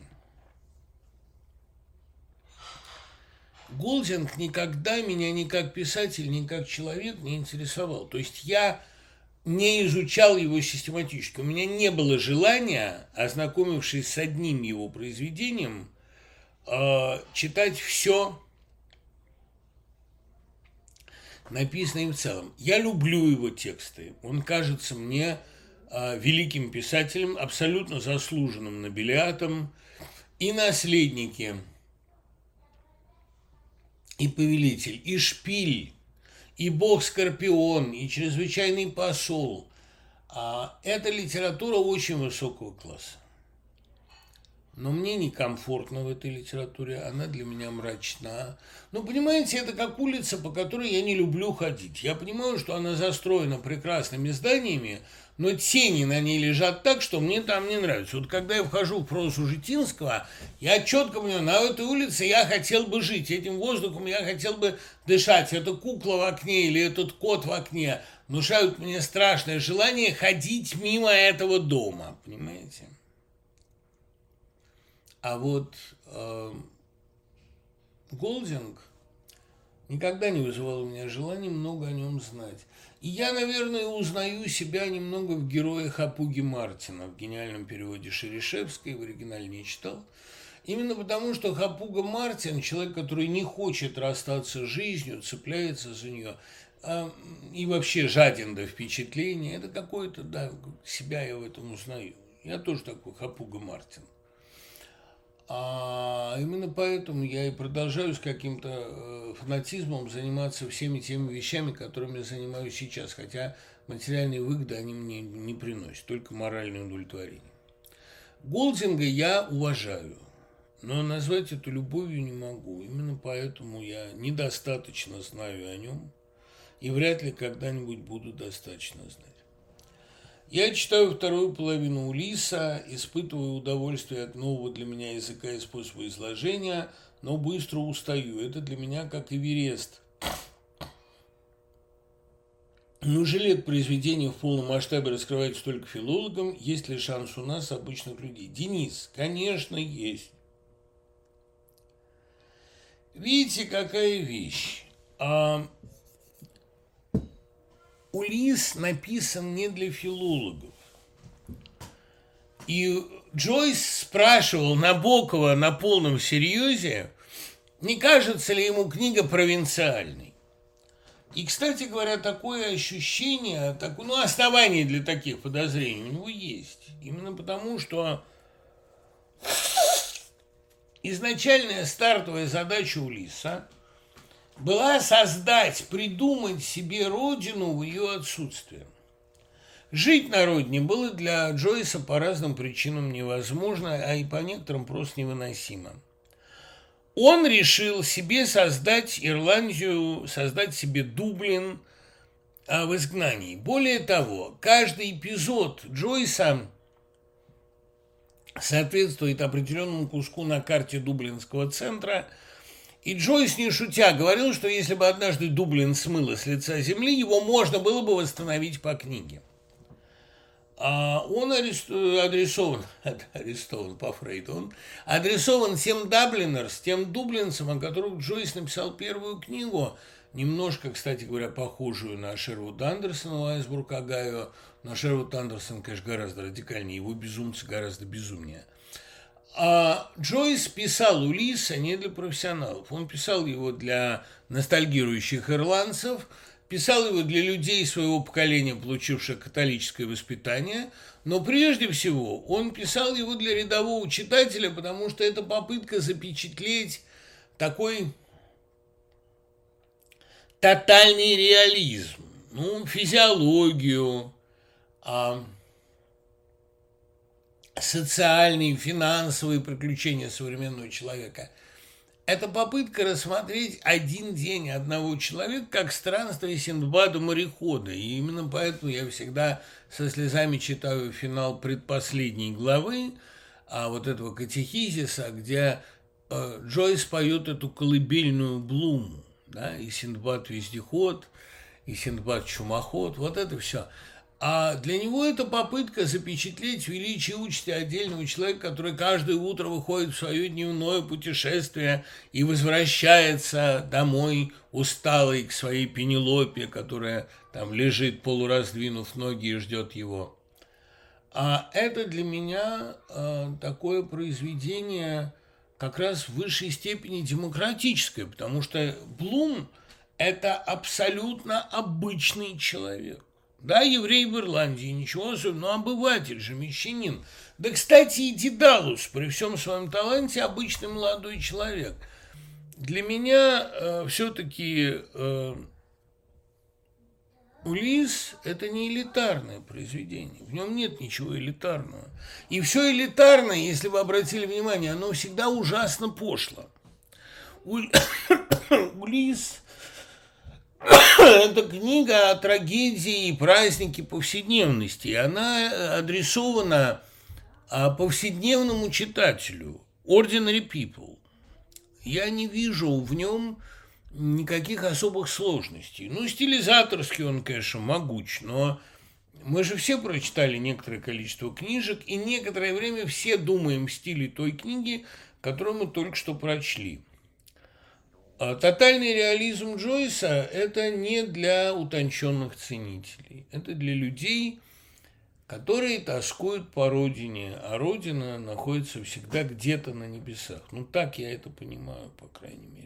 Голдинг никогда меня ни как писатель, ни как человек не интересовал. То есть я не изучал его систематически. У меня не было желания, ознакомившись с одним его произведением, читать все написанное им в целом. Я люблю его тексты. Он кажется мне э, великим писателем, абсолютно заслуженным нобелиатом. И «Наследники», и «Повелитель», и «Шпиль», и «Бог-скорпион», и «Чрезвычайный посол». А это литература очень высокого класса. но мне некомфортно в этой литературе, она для меня мрачна. Ну, понимаете, это как улица, по которой я не люблю ходить. Я понимаю, что она застроена прекрасными зданиями, но тени на ней лежат так, что мне там не нравится. Вот когда я вхожу в прозу Житинского, я четко понимаю, на этой улице я хотел бы жить, этим воздухом я хотел бы дышать. Эта кукла в окне или этот кот в окне внушают мне страшное желание ходить мимо этого дома, понимаете? А вот э, Голдинг никогда не вызывал у меня желания много о нем знать. И я, наверное, узнаю себя немного в герое Хапуги Мартина в гениальном переводе Шерешевской, в оригинале не читал. Именно потому, что Хапуга Мартин, человек, который не хочет расстаться с жизнью, цепляется за нее, э, и вообще жаден до впечатления, это какое-то, да, себя я в этом узнаю. Я тоже такой Хапуга Мартин. А именно поэтому я и продолжаю с каким-то фанатизмом заниматься всеми теми вещами, которыми я занимаюсь сейчас, хотя материальные выгоды они мне не приносят, только моральное удовлетворение. Голдинга я уважаю, но назвать это любовью не могу. Именно поэтому я недостаточно знаю о нем и вряд ли когда-нибудь буду достаточно знать. Я читаю вторую половину Улисса, испытываю удовольствие от нового для меня языка и способа изложения, но быстро устаю. Это для меня как Эверест. Неужели это произведение в полном масштабе раскрывается только филологам? Есть ли шанс у нас, обычных людей? Денис, конечно, есть. Видите, какая вещь. А... Улисс написан не для филологов. И Джойс спрашивал Набокова на полном серьезе, не кажется ли ему книга провинциальной. И, кстати говоря, такое ощущение, такое, ну, основание для таких подозрений у него есть. Именно потому, что изначальная стартовая задача Улисса была создать, придумать себе родину в ее отсутствие. Жить на родине было для Джойса по разным причинам невозможно, а и по некоторым просто невыносимо. Он решил себе создать Ирландию, создать себе Дублин а, в изгнании. Более того, каждый эпизод Джойса соответствует определенному куску на карте Дублинского центра. И Джойс, не шутя, говорил, что если бы однажды Дублин смыло с лица земли, его можно было бы восстановить по книге. А он адресован, арестован по Фрейду, он адресован тем даблинерс, тем дублинцам, о которых Джойс написал первую книгу, немножко, кстати говоря, похожую на Шервуд Андерсона «Айсбург Огайо», но Шервуд Андерсон, конечно, гораздо радикальнее, его безумцы гораздо безумнее. А Джойс писал Улисса не для профессионалов. Он писал его для ностальгирующих ирландцев, писал его для людей своего поколения, получивших католическое воспитание, но прежде всего он писал его для рядового читателя, потому что это попытка запечатлеть такой тотальный реализм, ну, физиологию, а социальные, финансовые приключения современного человека. Это попытка рассмотреть один день одного человека как странствие Синдбада-морехода. И именно поэтому я всегда со слезами читаю финал предпоследней главы, а вот этого катехизиса, где э, Джойс поет эту колыбельную Блуму, да, и Синдбад-вездеход, и Синдбад-чумоход, вот это все. А для него это попытка запечатлеть величие участи отдельного человека, который каждое утро выходит в свое дневное путешествие и возвращается домой усталый к своей Пенелопе, которая там лежит, полураздвинув ноги, и ждет его. А это для меня э, такое произведение как раз в высшей степени демократическое, потому что Блум – это абсолютно обычный человек. Да, еврей в Ирландии, ничего особенного, но обыватель же, мещанин. Да, кстати, и Дедалус, при всем своем таланте, обычный молодой человек. Для меня э, все-таки э, Улисс – это не элитарное произведение, в нем нет ничего элитарного. И все элитарное, если вы обратили внимание, оно всегда ужасно пошло. Улисс – это книга о трагедии и празднике повседневности. И она адресована повседневному читателю, ordinary people. Я не вижу в нем никаких особых сложностей. Ну, стилизаторски он, конечно, могуч, но мы же все прочитали некоторое количество книжек, и некоторое время все думаем в стиле той книги, которую мы только что прочли. А тотальный реализм Джойса – это не для утонченных ценителей, это для людей, которые тоскуют по родине, а родина находится всегда где-то на небесах. Ну, так я это понимаю, по крайней мере.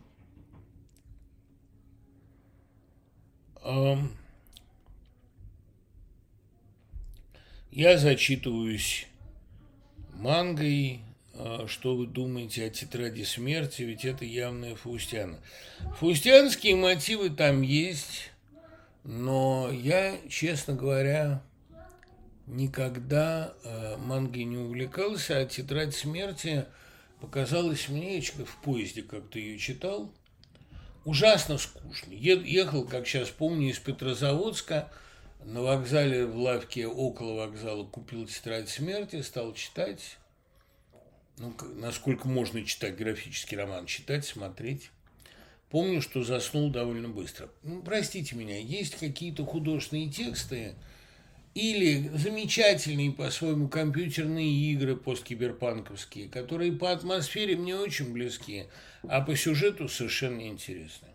Я зачитываюсь мангой. Что вы думаете о «Тетради смерти», ведь это явная фаустиана. Фаустианские мотивы там есть, но я, честно говоря, никогда мангой не увлекался, а «Тетрадь смерти» показалась мне, я в поезде как-то ее читал, ужасно скучно. Ехал, как сейчас помню, из Петрозаводска, на вокзале, в лавке около вокзала купил «Тетрадь смерти», стал читать. Ну, насколько можно читать графический роман, читать, смотреть. Помню, что заснул довольно быстро. Ну, простите меня, есть какие-то художественные тексты или замечательные по-своему компьютерные игры посткиберпанковские, которые по атмосфере мне очень близки, а по сюжету совершенно неинтересны.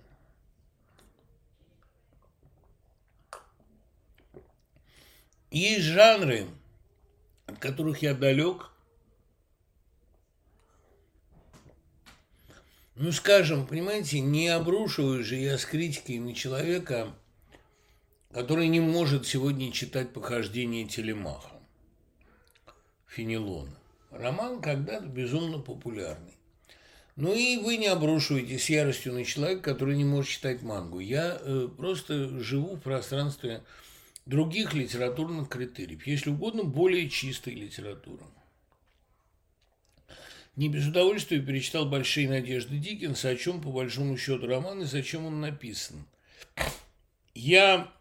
Есть жанры, от которых я далек. Ну, скажем, понимаете, не обрушиваю же я с критикой на человека, который не может сегодня читать «Похождения Телемаха» Фенелона. Роман когда-то безумно популярный. Ну и вы не обрушиваете с яростью на человека, который не может читать мангу. Я э, просто живу в пространстве других литературных критериев, если угодно, более чистой литературы. Не без удовольствия перечитал «Большие надежды» Диккенса, о чем, по большому счету, роман и зачем он написан. Я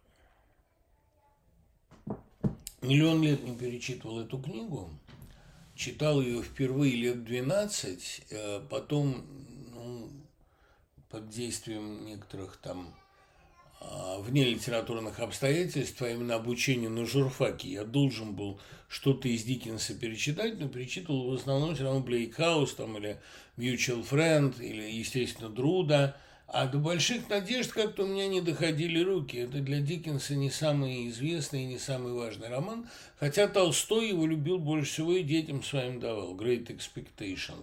миллион лет не перечитывал эту книгу, читал ее впервые лет двенадцать, потом, ну, под действием некоторых там вне литературных обстоятельств, а именно обучения на журфаке, я должен был что-то из Диккенса перечитать, но перечитывал в основном все равно Блейкхаус там, или Mutual Friend, или, естественно, Друда. А до «Больших надежд» как-то у меня не доходили руки. Это для Диккенса не самый известный и не самый важный роман, хотя Толстой его любил больше всего и детям своим давал. Great Expectations.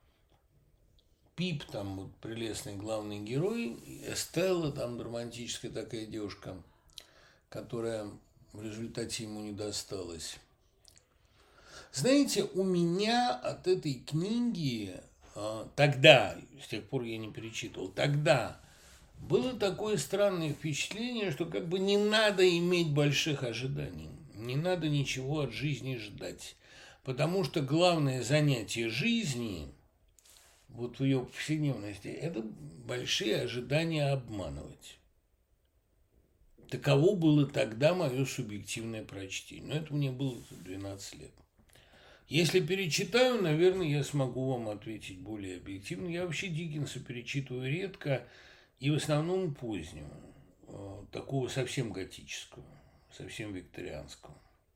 Пип, там вот прелестный главный герой, Эстелла, там романтическая такая девушка, которая в результате ему не досталась. Знаете, у меня от этой книги тогда, с тех пор я не перечитывал, тогда было такое странное впечатление, что как бы не надо иметь больших ожиданий, не надо ничего от жизни ждать, потому что главное занятие жизни – вот в ее повседневности, это большие ожидания обманывать. Таково было тогда мое субъективное прочтение. Но это мне было двенадцать лет. Если перечитаю, наверное, я смогу вам ответить более объективно. Я вообще Диккенса перечитываю редко и в основном позднего, такого совсем готического, совсем викторианского.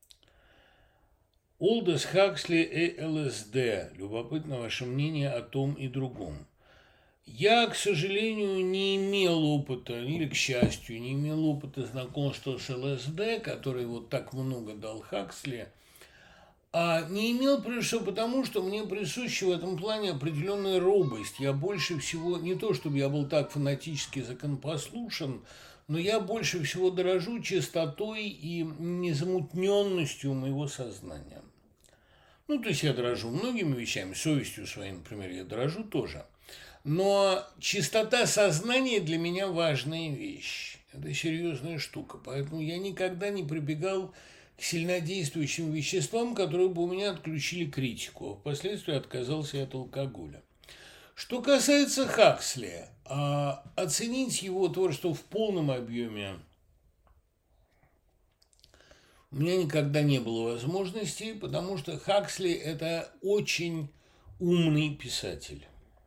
Олдос Хаксли и ЛСД. Любопытно ваше мнение о том и другом. Я, к сожалению, не имел опыта, или, к счастью, не имел опыта знакомства с ЛСД, который вот так много дал Хаксли, а не имел, прежде всего, потому что мне присуща в этом плане определенная робость. Я больше всего, не то чтобы я был так фанатически законопослушен, но я больше всего дорожу чистотой и незамутненностью моего сознания. Ну, то есть я дорожу многими вещами, совестью своей, например, я дорожу тоже. Но чистота сознания для меня важная вещь. Это серьезная штука. Поэтому я никогда не прибегал к сильнодействующим веществам, которые бы у меня отключили критику. Впоследствии отказался и от алкоголя. Что касается Хаксли, оценить его творчество в полном объеме у меня никогда не было возможности, потому что Хаксли – это очень умный писатель.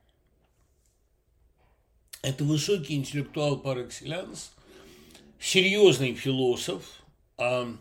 Это высокий интеллектуал пар экселленс, серьезный философ, а,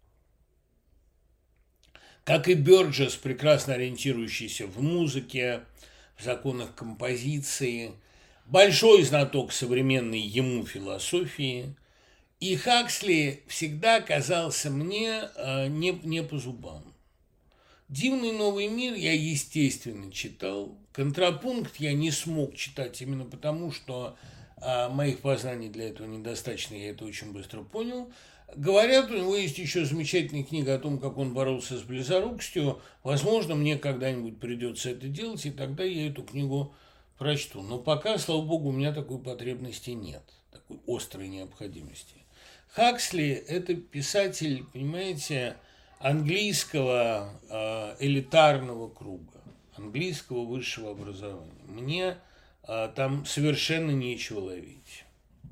как и Бёрджес, прекрасно ориентирующийся в музыке, в законах композиции, большой знаток современной ему философии. И Хаксли всегда казался мне э, не, не по зубам. «Дивный новый мир» я, естественно, читал. «Контрапункт» я не смог читать именно потому, что э, моих познаний для этого недостаточно, я это очень быстро понял. Говорят, у него есть еще замечательная книга о том, как он боролся с близорукостью. Возможно, мне когда-нибудь придется это делать, и тогда я эту книгу прочту. Но пока, слава богу, у меня такой потребности нет, такой острой необходимости. Хаксли – это писатель, понимаете, английского э, элитарного круга, английского высшего образования. Мне э, там совершенно нечего ловить.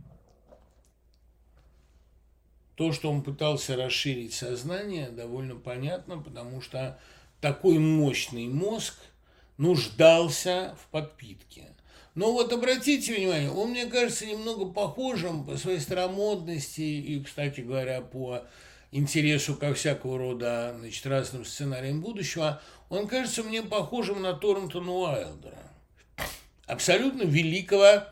То, что он пытался расширить сознание, довольно понятно, потому что такой мощный мозг нуждался в подпитке. Но вот обратите внимание, он, мне кажется, немного похожим по своей старомодности и, кстати говоря, по интересу ко всякого рода, значит, разным сценариям будущего, он кажется мне похожим на Торнтона Уайлдера, абсолютно великого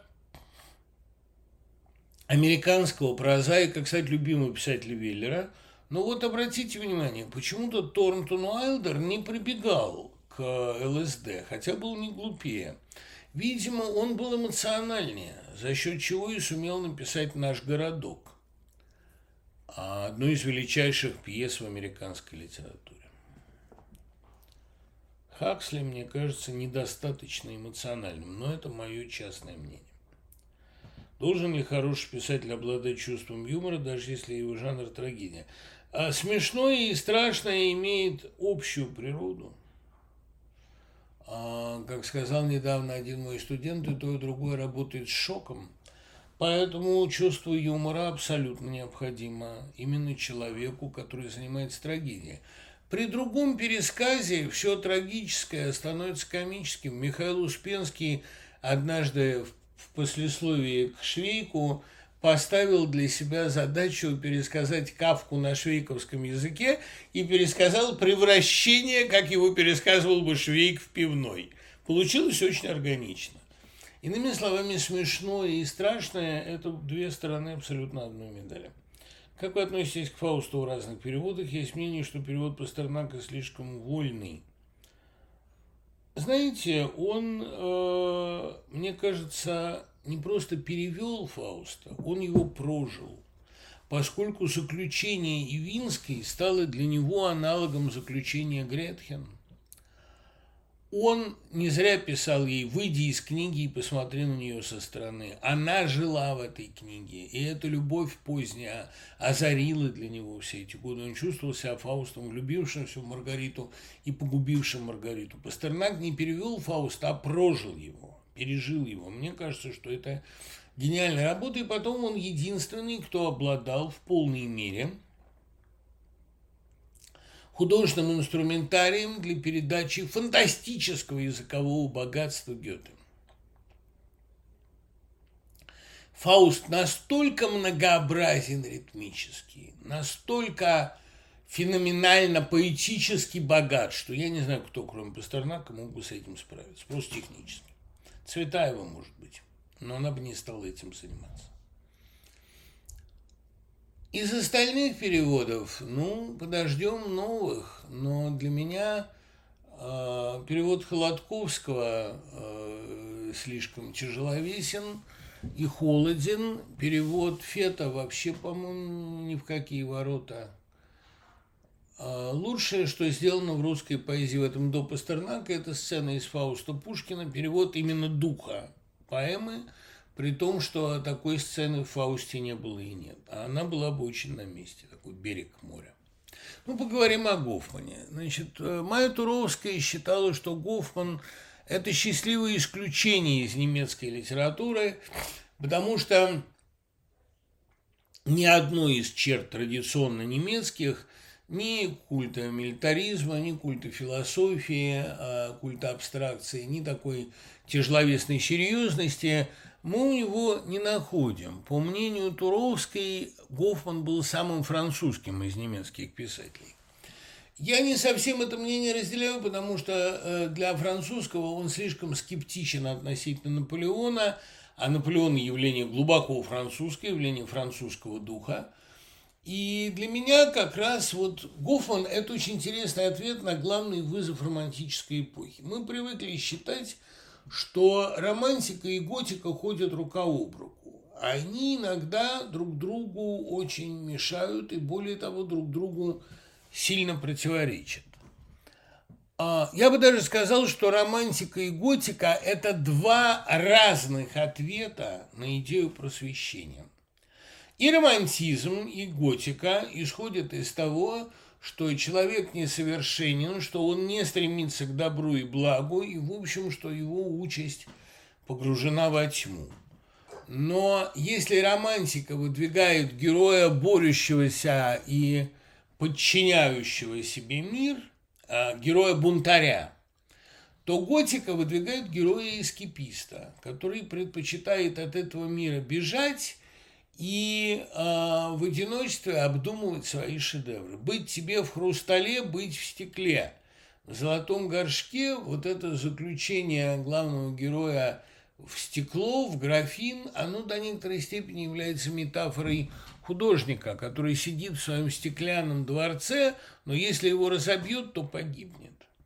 американского прозаика, кстати, любимого писателя Веллера. Но вот обратите внимание, почему-то Торнтон Уайлдер не прибегал к ЛСД, хотя был не глупее. Видимо, он был эмоциональнее, за счет чего и сумел написать «Наш городок», одну из величайших пьес в американской литературе. Хаксли, мне кажется, недостаточно эмоциональным, но это мое частное мнение. Должен ли хороший писатель обладать чувством юмора, даже если его жанр трагедия? А смешное и страшное имеет общую природу. А, как сказал недавно один мой студент, и то, и другое работает с шоком. Поэтому чувство юмора абсолютно необходимо именно человеку, который занимается трагедией. При другом пересказе все трагическое становится комическим. Михаил Успенский однажды в послесловии к Швейку поставил для себя задачу пересказать Кафку на швейковском языке и пересказал «Превращение», как его пересказывал бы Швейк в пивной. Получилось очень органично. Иными словами, смешное и страшное – это две стороны абсолютно одной медали. Как вы относитесь к Фаусту в разных переводах? Есть мнение, что перевод Пастернака слишком вольный. Знаете, он, э, мне кажется, не просто перевел Фауста, он его прожил, поскольку заключение Ивинской стало для него аналогом заключения Гретхен. Он не зря писал ей «Выйди из книги и посмотри на нее со стороны». Она жила в этой книге, и эта любовь поздняя озарила для него все эти годы. Он чувствовал себя Фаустом, влюбившимся в Маргариту и погубившим Маргариту. Пастернак не перевел Фауста, а прожил его, пережил его. Мне кажется, что это гениальная работа, и потом он единственный, кто обладал в полной мере художественным инструментарием для передачи фантастического языкового богатства Гёте. Фауст настолько многообразен ритмически, настолько феноменально поэтически богат, что я не знаю, кто, кроме Пастернака, мог бы с этим справиться, просто технически. Цветаева, может быть, но она бы не стала этим заниматься. Из остальных переводов, ну, подождем новых, но для меня э, перевод Холодковского э, слишком тяжеловесен и холоден. Перевод Фета вообще, по-моему, ни в какие ворота. Э, лучшее, что сделано в русской поэзии в этом до Пастернака, это сцена из Фауста Пушкина, перевод именно духа поэмы, при том, что такой сцены в «Фаусте» не было и нет. А она была бы очень на месте, такой берег моря. Ну, поговорим о Гофмане. Значит, Майя Туровская считала, что Гофман – это счастливое исключение из немецкой литературы, потому что ни одной из черт традиционно немецких, ни культа милитаризма, ни культа философии, культа абстракции, ни такой тяжеловесной серьезности мы у него не находим. По мнению Туровской, Гофман был самым французским из немецких писателей. Я не совсем это мнение разделяю, потому что для французского он слишком скептичен относительно Наполеона, а Наполеон – явление глубоко французское, явление французского духа. И для меня как раз вот Гофман – это очень интересный ответ на главный вызов романтической эпохи. Мы привыкли считать, что романтика и готика ходят рука об руку. Они иногда друг другу очень мешают и, более того, друг другу сильно противоречат. Я бы даже сказал, что романтика и готика – это два разных ответа на идею просвещения. И романтизм, и готика исходят из того, что человек несовершенен, что он не стремится к добру и благу, и, в общем, что его участь погружена во тьму. Но если романтика выдвигает героя, борющегося и подчиняющего себе мир, героя-бунтаря, то готика выдвигает героя-эскаписта, который предпочитает от этого мира бежать и э, в одиночестве обдумывать свои шедевры. Быть тебе в хрустале, быть в стекле. В «Золотом горшке» вот это заключение главного героя в стекло, в графин, оно до некоторой степени является метафорой художника, который сидит в своем стеклянном дворце, но если его разобьют, то погибнет.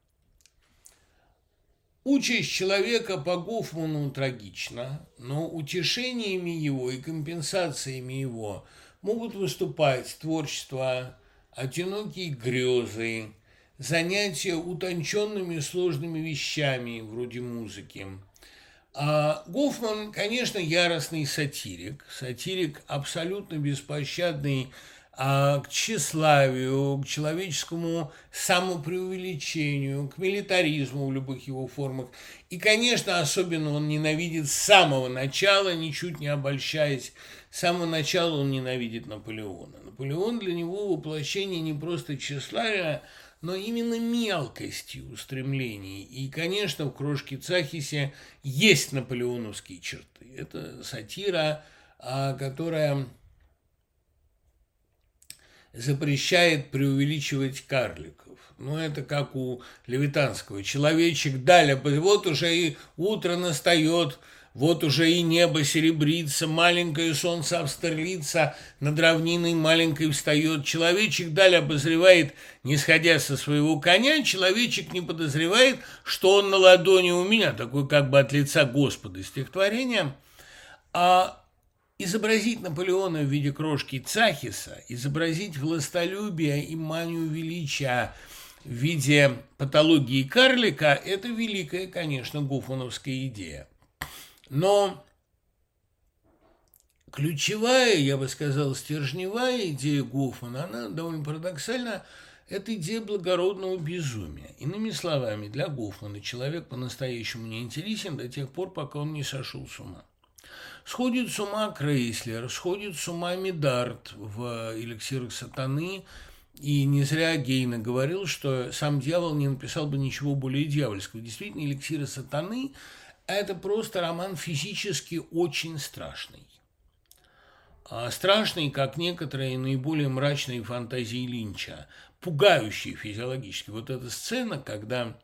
Участь человека по Гофману трагична, но утешениями его и компенсациями его могут выступать творчество, одинокие грезы, занятия утонченными сложными вещами, вроде музыки. А Гофман, конечно, яростный сатирик, сатирик абсолютно беспощадный а, к тщеславию, к человеческому самопреувеличению, к милитаризму в любых его формах. И, конечно, особенно он ненавидит с самого начала, ничуть не обольщаясь, с самого начала он ненавидит Наполеона. Наполеон для него воплощение не просто тщеславия, но именно мелкости устремлений. И, конечно, в «Крошке Цахисе» есть наполеоновские черты. Это сатира, которая запрещает преувеличивать карликов. Ну, это как у Левитанского. Человечек далее, вот уже и утро настает, вот уже и небо серебрится, маленькое солнце обстрлится, над равниной маленькой встает. Человечек далее обозревает, не сходя со своего коня, человечек не подозревает, что он на ладони у меня, такой как бы от лица Господа стихотворение. А изобразить Наполеона в виде крошки Цахиса, изобразить властолюбие и манию величия в виде патологии карлика – это великая, конечно, гофмановская идея. Но ключевая, я бы сказал, стержневая идея Гофмана, она довольно парадоксальна, это идея благородного безумия. Иными словами, для Гофмана человек по-настоящему не интересен до тех пор, пока он не сошел с ума. Сходит с ума Крейслер, сходит с ума Медард в «Эликсирах сатаны», и не зря Гейне говорил, что сам дьявол не написал бы ничего более дьявольского. Действительно, «Эликсиры сатаны» – это просто роман физически очень страшный. Страшный, как некоторые наиболее мрачные фантазии Линча, пугающие физиологически. Вот эта сцена, когда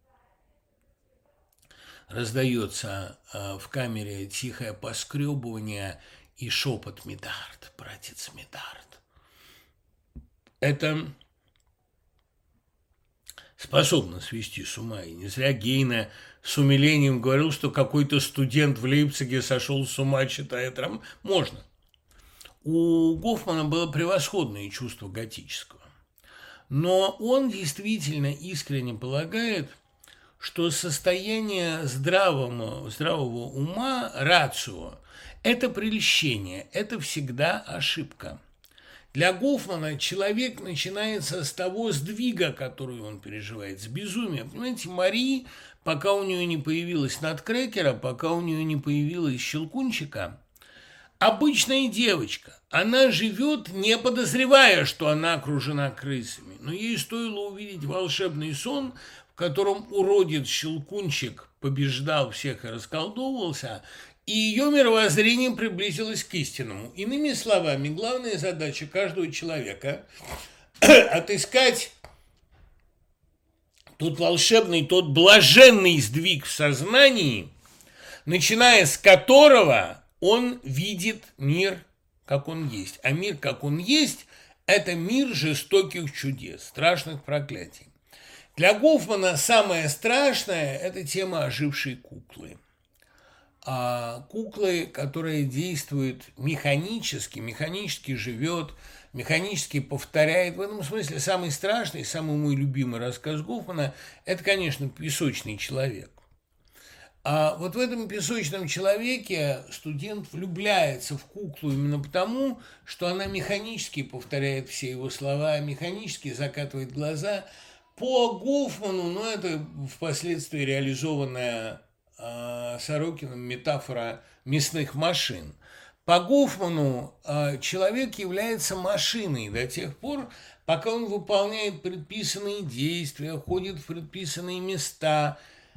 раздается в камере тихое поскребывание и шепот «Медард, братец Медард». Это способно свести с ума. И не зря Гейне с умилением говорил, что какой-то студент в Лейпциге сошел с ума, читая это. Можно. У Гофмана было превосходное чувство готического. Но он действительно искренне полагает, что состояние здравого, здравого ума, рацио, это прельщение, это всегда ошибка. Для Гофмана человек начинается с того сдвига, который он переживает, с безумия. Понимаете, Мари, пока у нее не появилась надкрекера, пока у нее не появилась щелкунчика, обычная девочка. Она живет, не подозревая, что она окружена крысами. Но ей стоило увидеть волшебный сон, в котором уродец Щелкунчик побеждал всех и расколдовывался, и ее мировоззрение приблизилось к истинному. Иными словами, главная задача каждого человека – отыскать тот волшебный, тот блаженный сдвиг в сознании, начиная с которого он видит мир, как он есть. А мир, как он есть, это мир жестоких чудес, страшных проклятий. Для Гофмана самое страшное – это тема ожившей куклы. А куклы, которая действует механически, механически живет, механически повторяет. В этом смысле самый страшный, самый мой любимый рассказ Гофмана – это, конечно, «Песочный человек». А вот в этом песочном человеке студент влюбляется в куклу именно потому, что она механически повторяет все его слова, механически закатывает глаза. По Гофману, ну, это впоследствии реализованная э, Сорокиным метафора мясных машин. По Гофману э, человек является машиной до тех пор, пока он выполняет предписанные действия, ходит в предписанные места.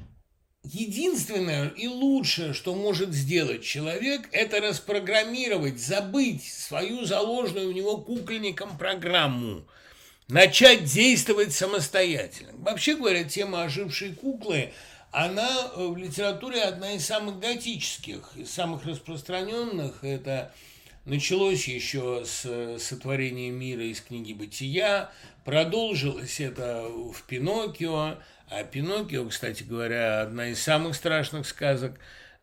Единственное и лучшее, что может сделать человек, это распрограммировать, забыть свою заложенную в него кукольником программу, начать действовать самостоятельно. Вообще говоря, тема ожившей куклы, она в литературе одна из самых готических, из самых распространенных. Это началось еще с сотворения мира из книги «Бытия», продолжилось это в «Пиноккио». А Пиноккио, кстати говоря, одна из самых страшных сказок.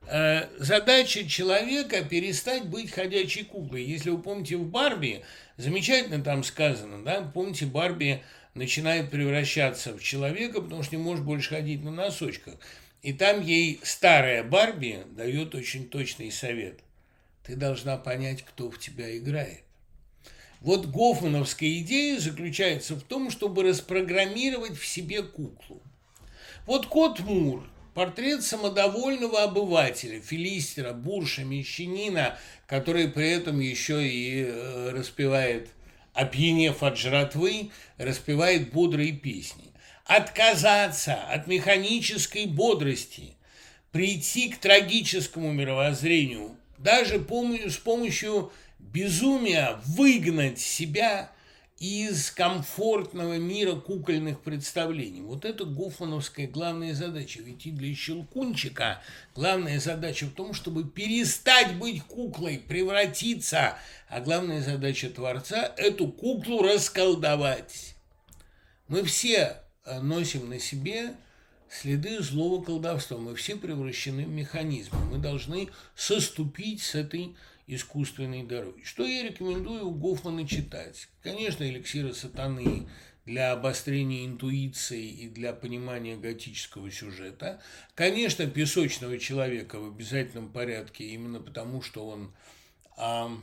Задача человека – перестать быть ходячей куклой. Если вы помните, в «Барби» замечательно там сказано, да, помните, Барби начинает превращаться в человека, потому что не может больше ходить на носочках. И там ей старая Барби дает очень точный совет. Ты должна понять, кто в тебя играет. Вот гофмановская идея заключается в том, чтобы распрограммировать в себе куклу. Вот Кот Мур, портрет самодовольного обывателя, филистера, бурша, мещанина, который при этом еще и э, распевает, опьянев от жратвы, распевает бодрые песни. Отказаться от механической бодрости, прийти к трагическому мировоззрению, даже с помощью безумия выгнать себя из комфортного мира кукольных представлений. Вот это гофмановская главная задача. Ведь и для Щелкунчика главная задача в том, чтобы перестать быть куклой, превратиться. А главная задача Творца – эту куклу расколдовать. Мы все носим на себе следы злого колдовства. Мы все превращены в механизмы. Мы должны соступить с этой искусственной дороги. Что я рекомендую у Гофмана читать? Конечно, «Эликсиры сатаны» для обострения интуиции и для понимания готического сюжета. Конечно, «Песочного человека» в обязательном порядке, именно потому, что он а,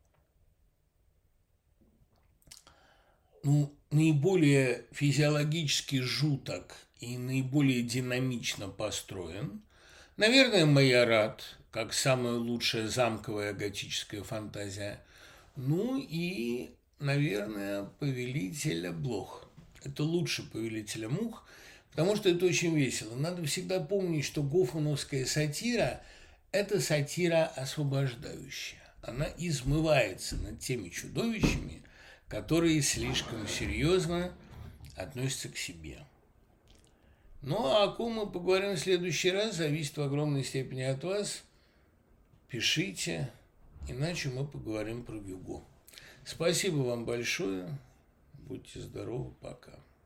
ну, наиболее физиологически жуток и наиболее динамично построен. Наверное, «Майорат», как самая лучшая замковая готическая фантазия. Ну и, наверное, «Повелителя блох». Это лучше «Повелителя мух», потому что это очень весело. Надо всегда помнить, что гофмановская сатира – это сатира освобождающая. Она измывается над теми чудовищами, которые слишком серьезно относятся к себе. Ну, а о ком мы поговорим в следующий раз, зависит в огромной степени от вас. Пишите, иначе мы поговорим про Гюго. Спасибо вам большое. Будьте здоровы. Пока.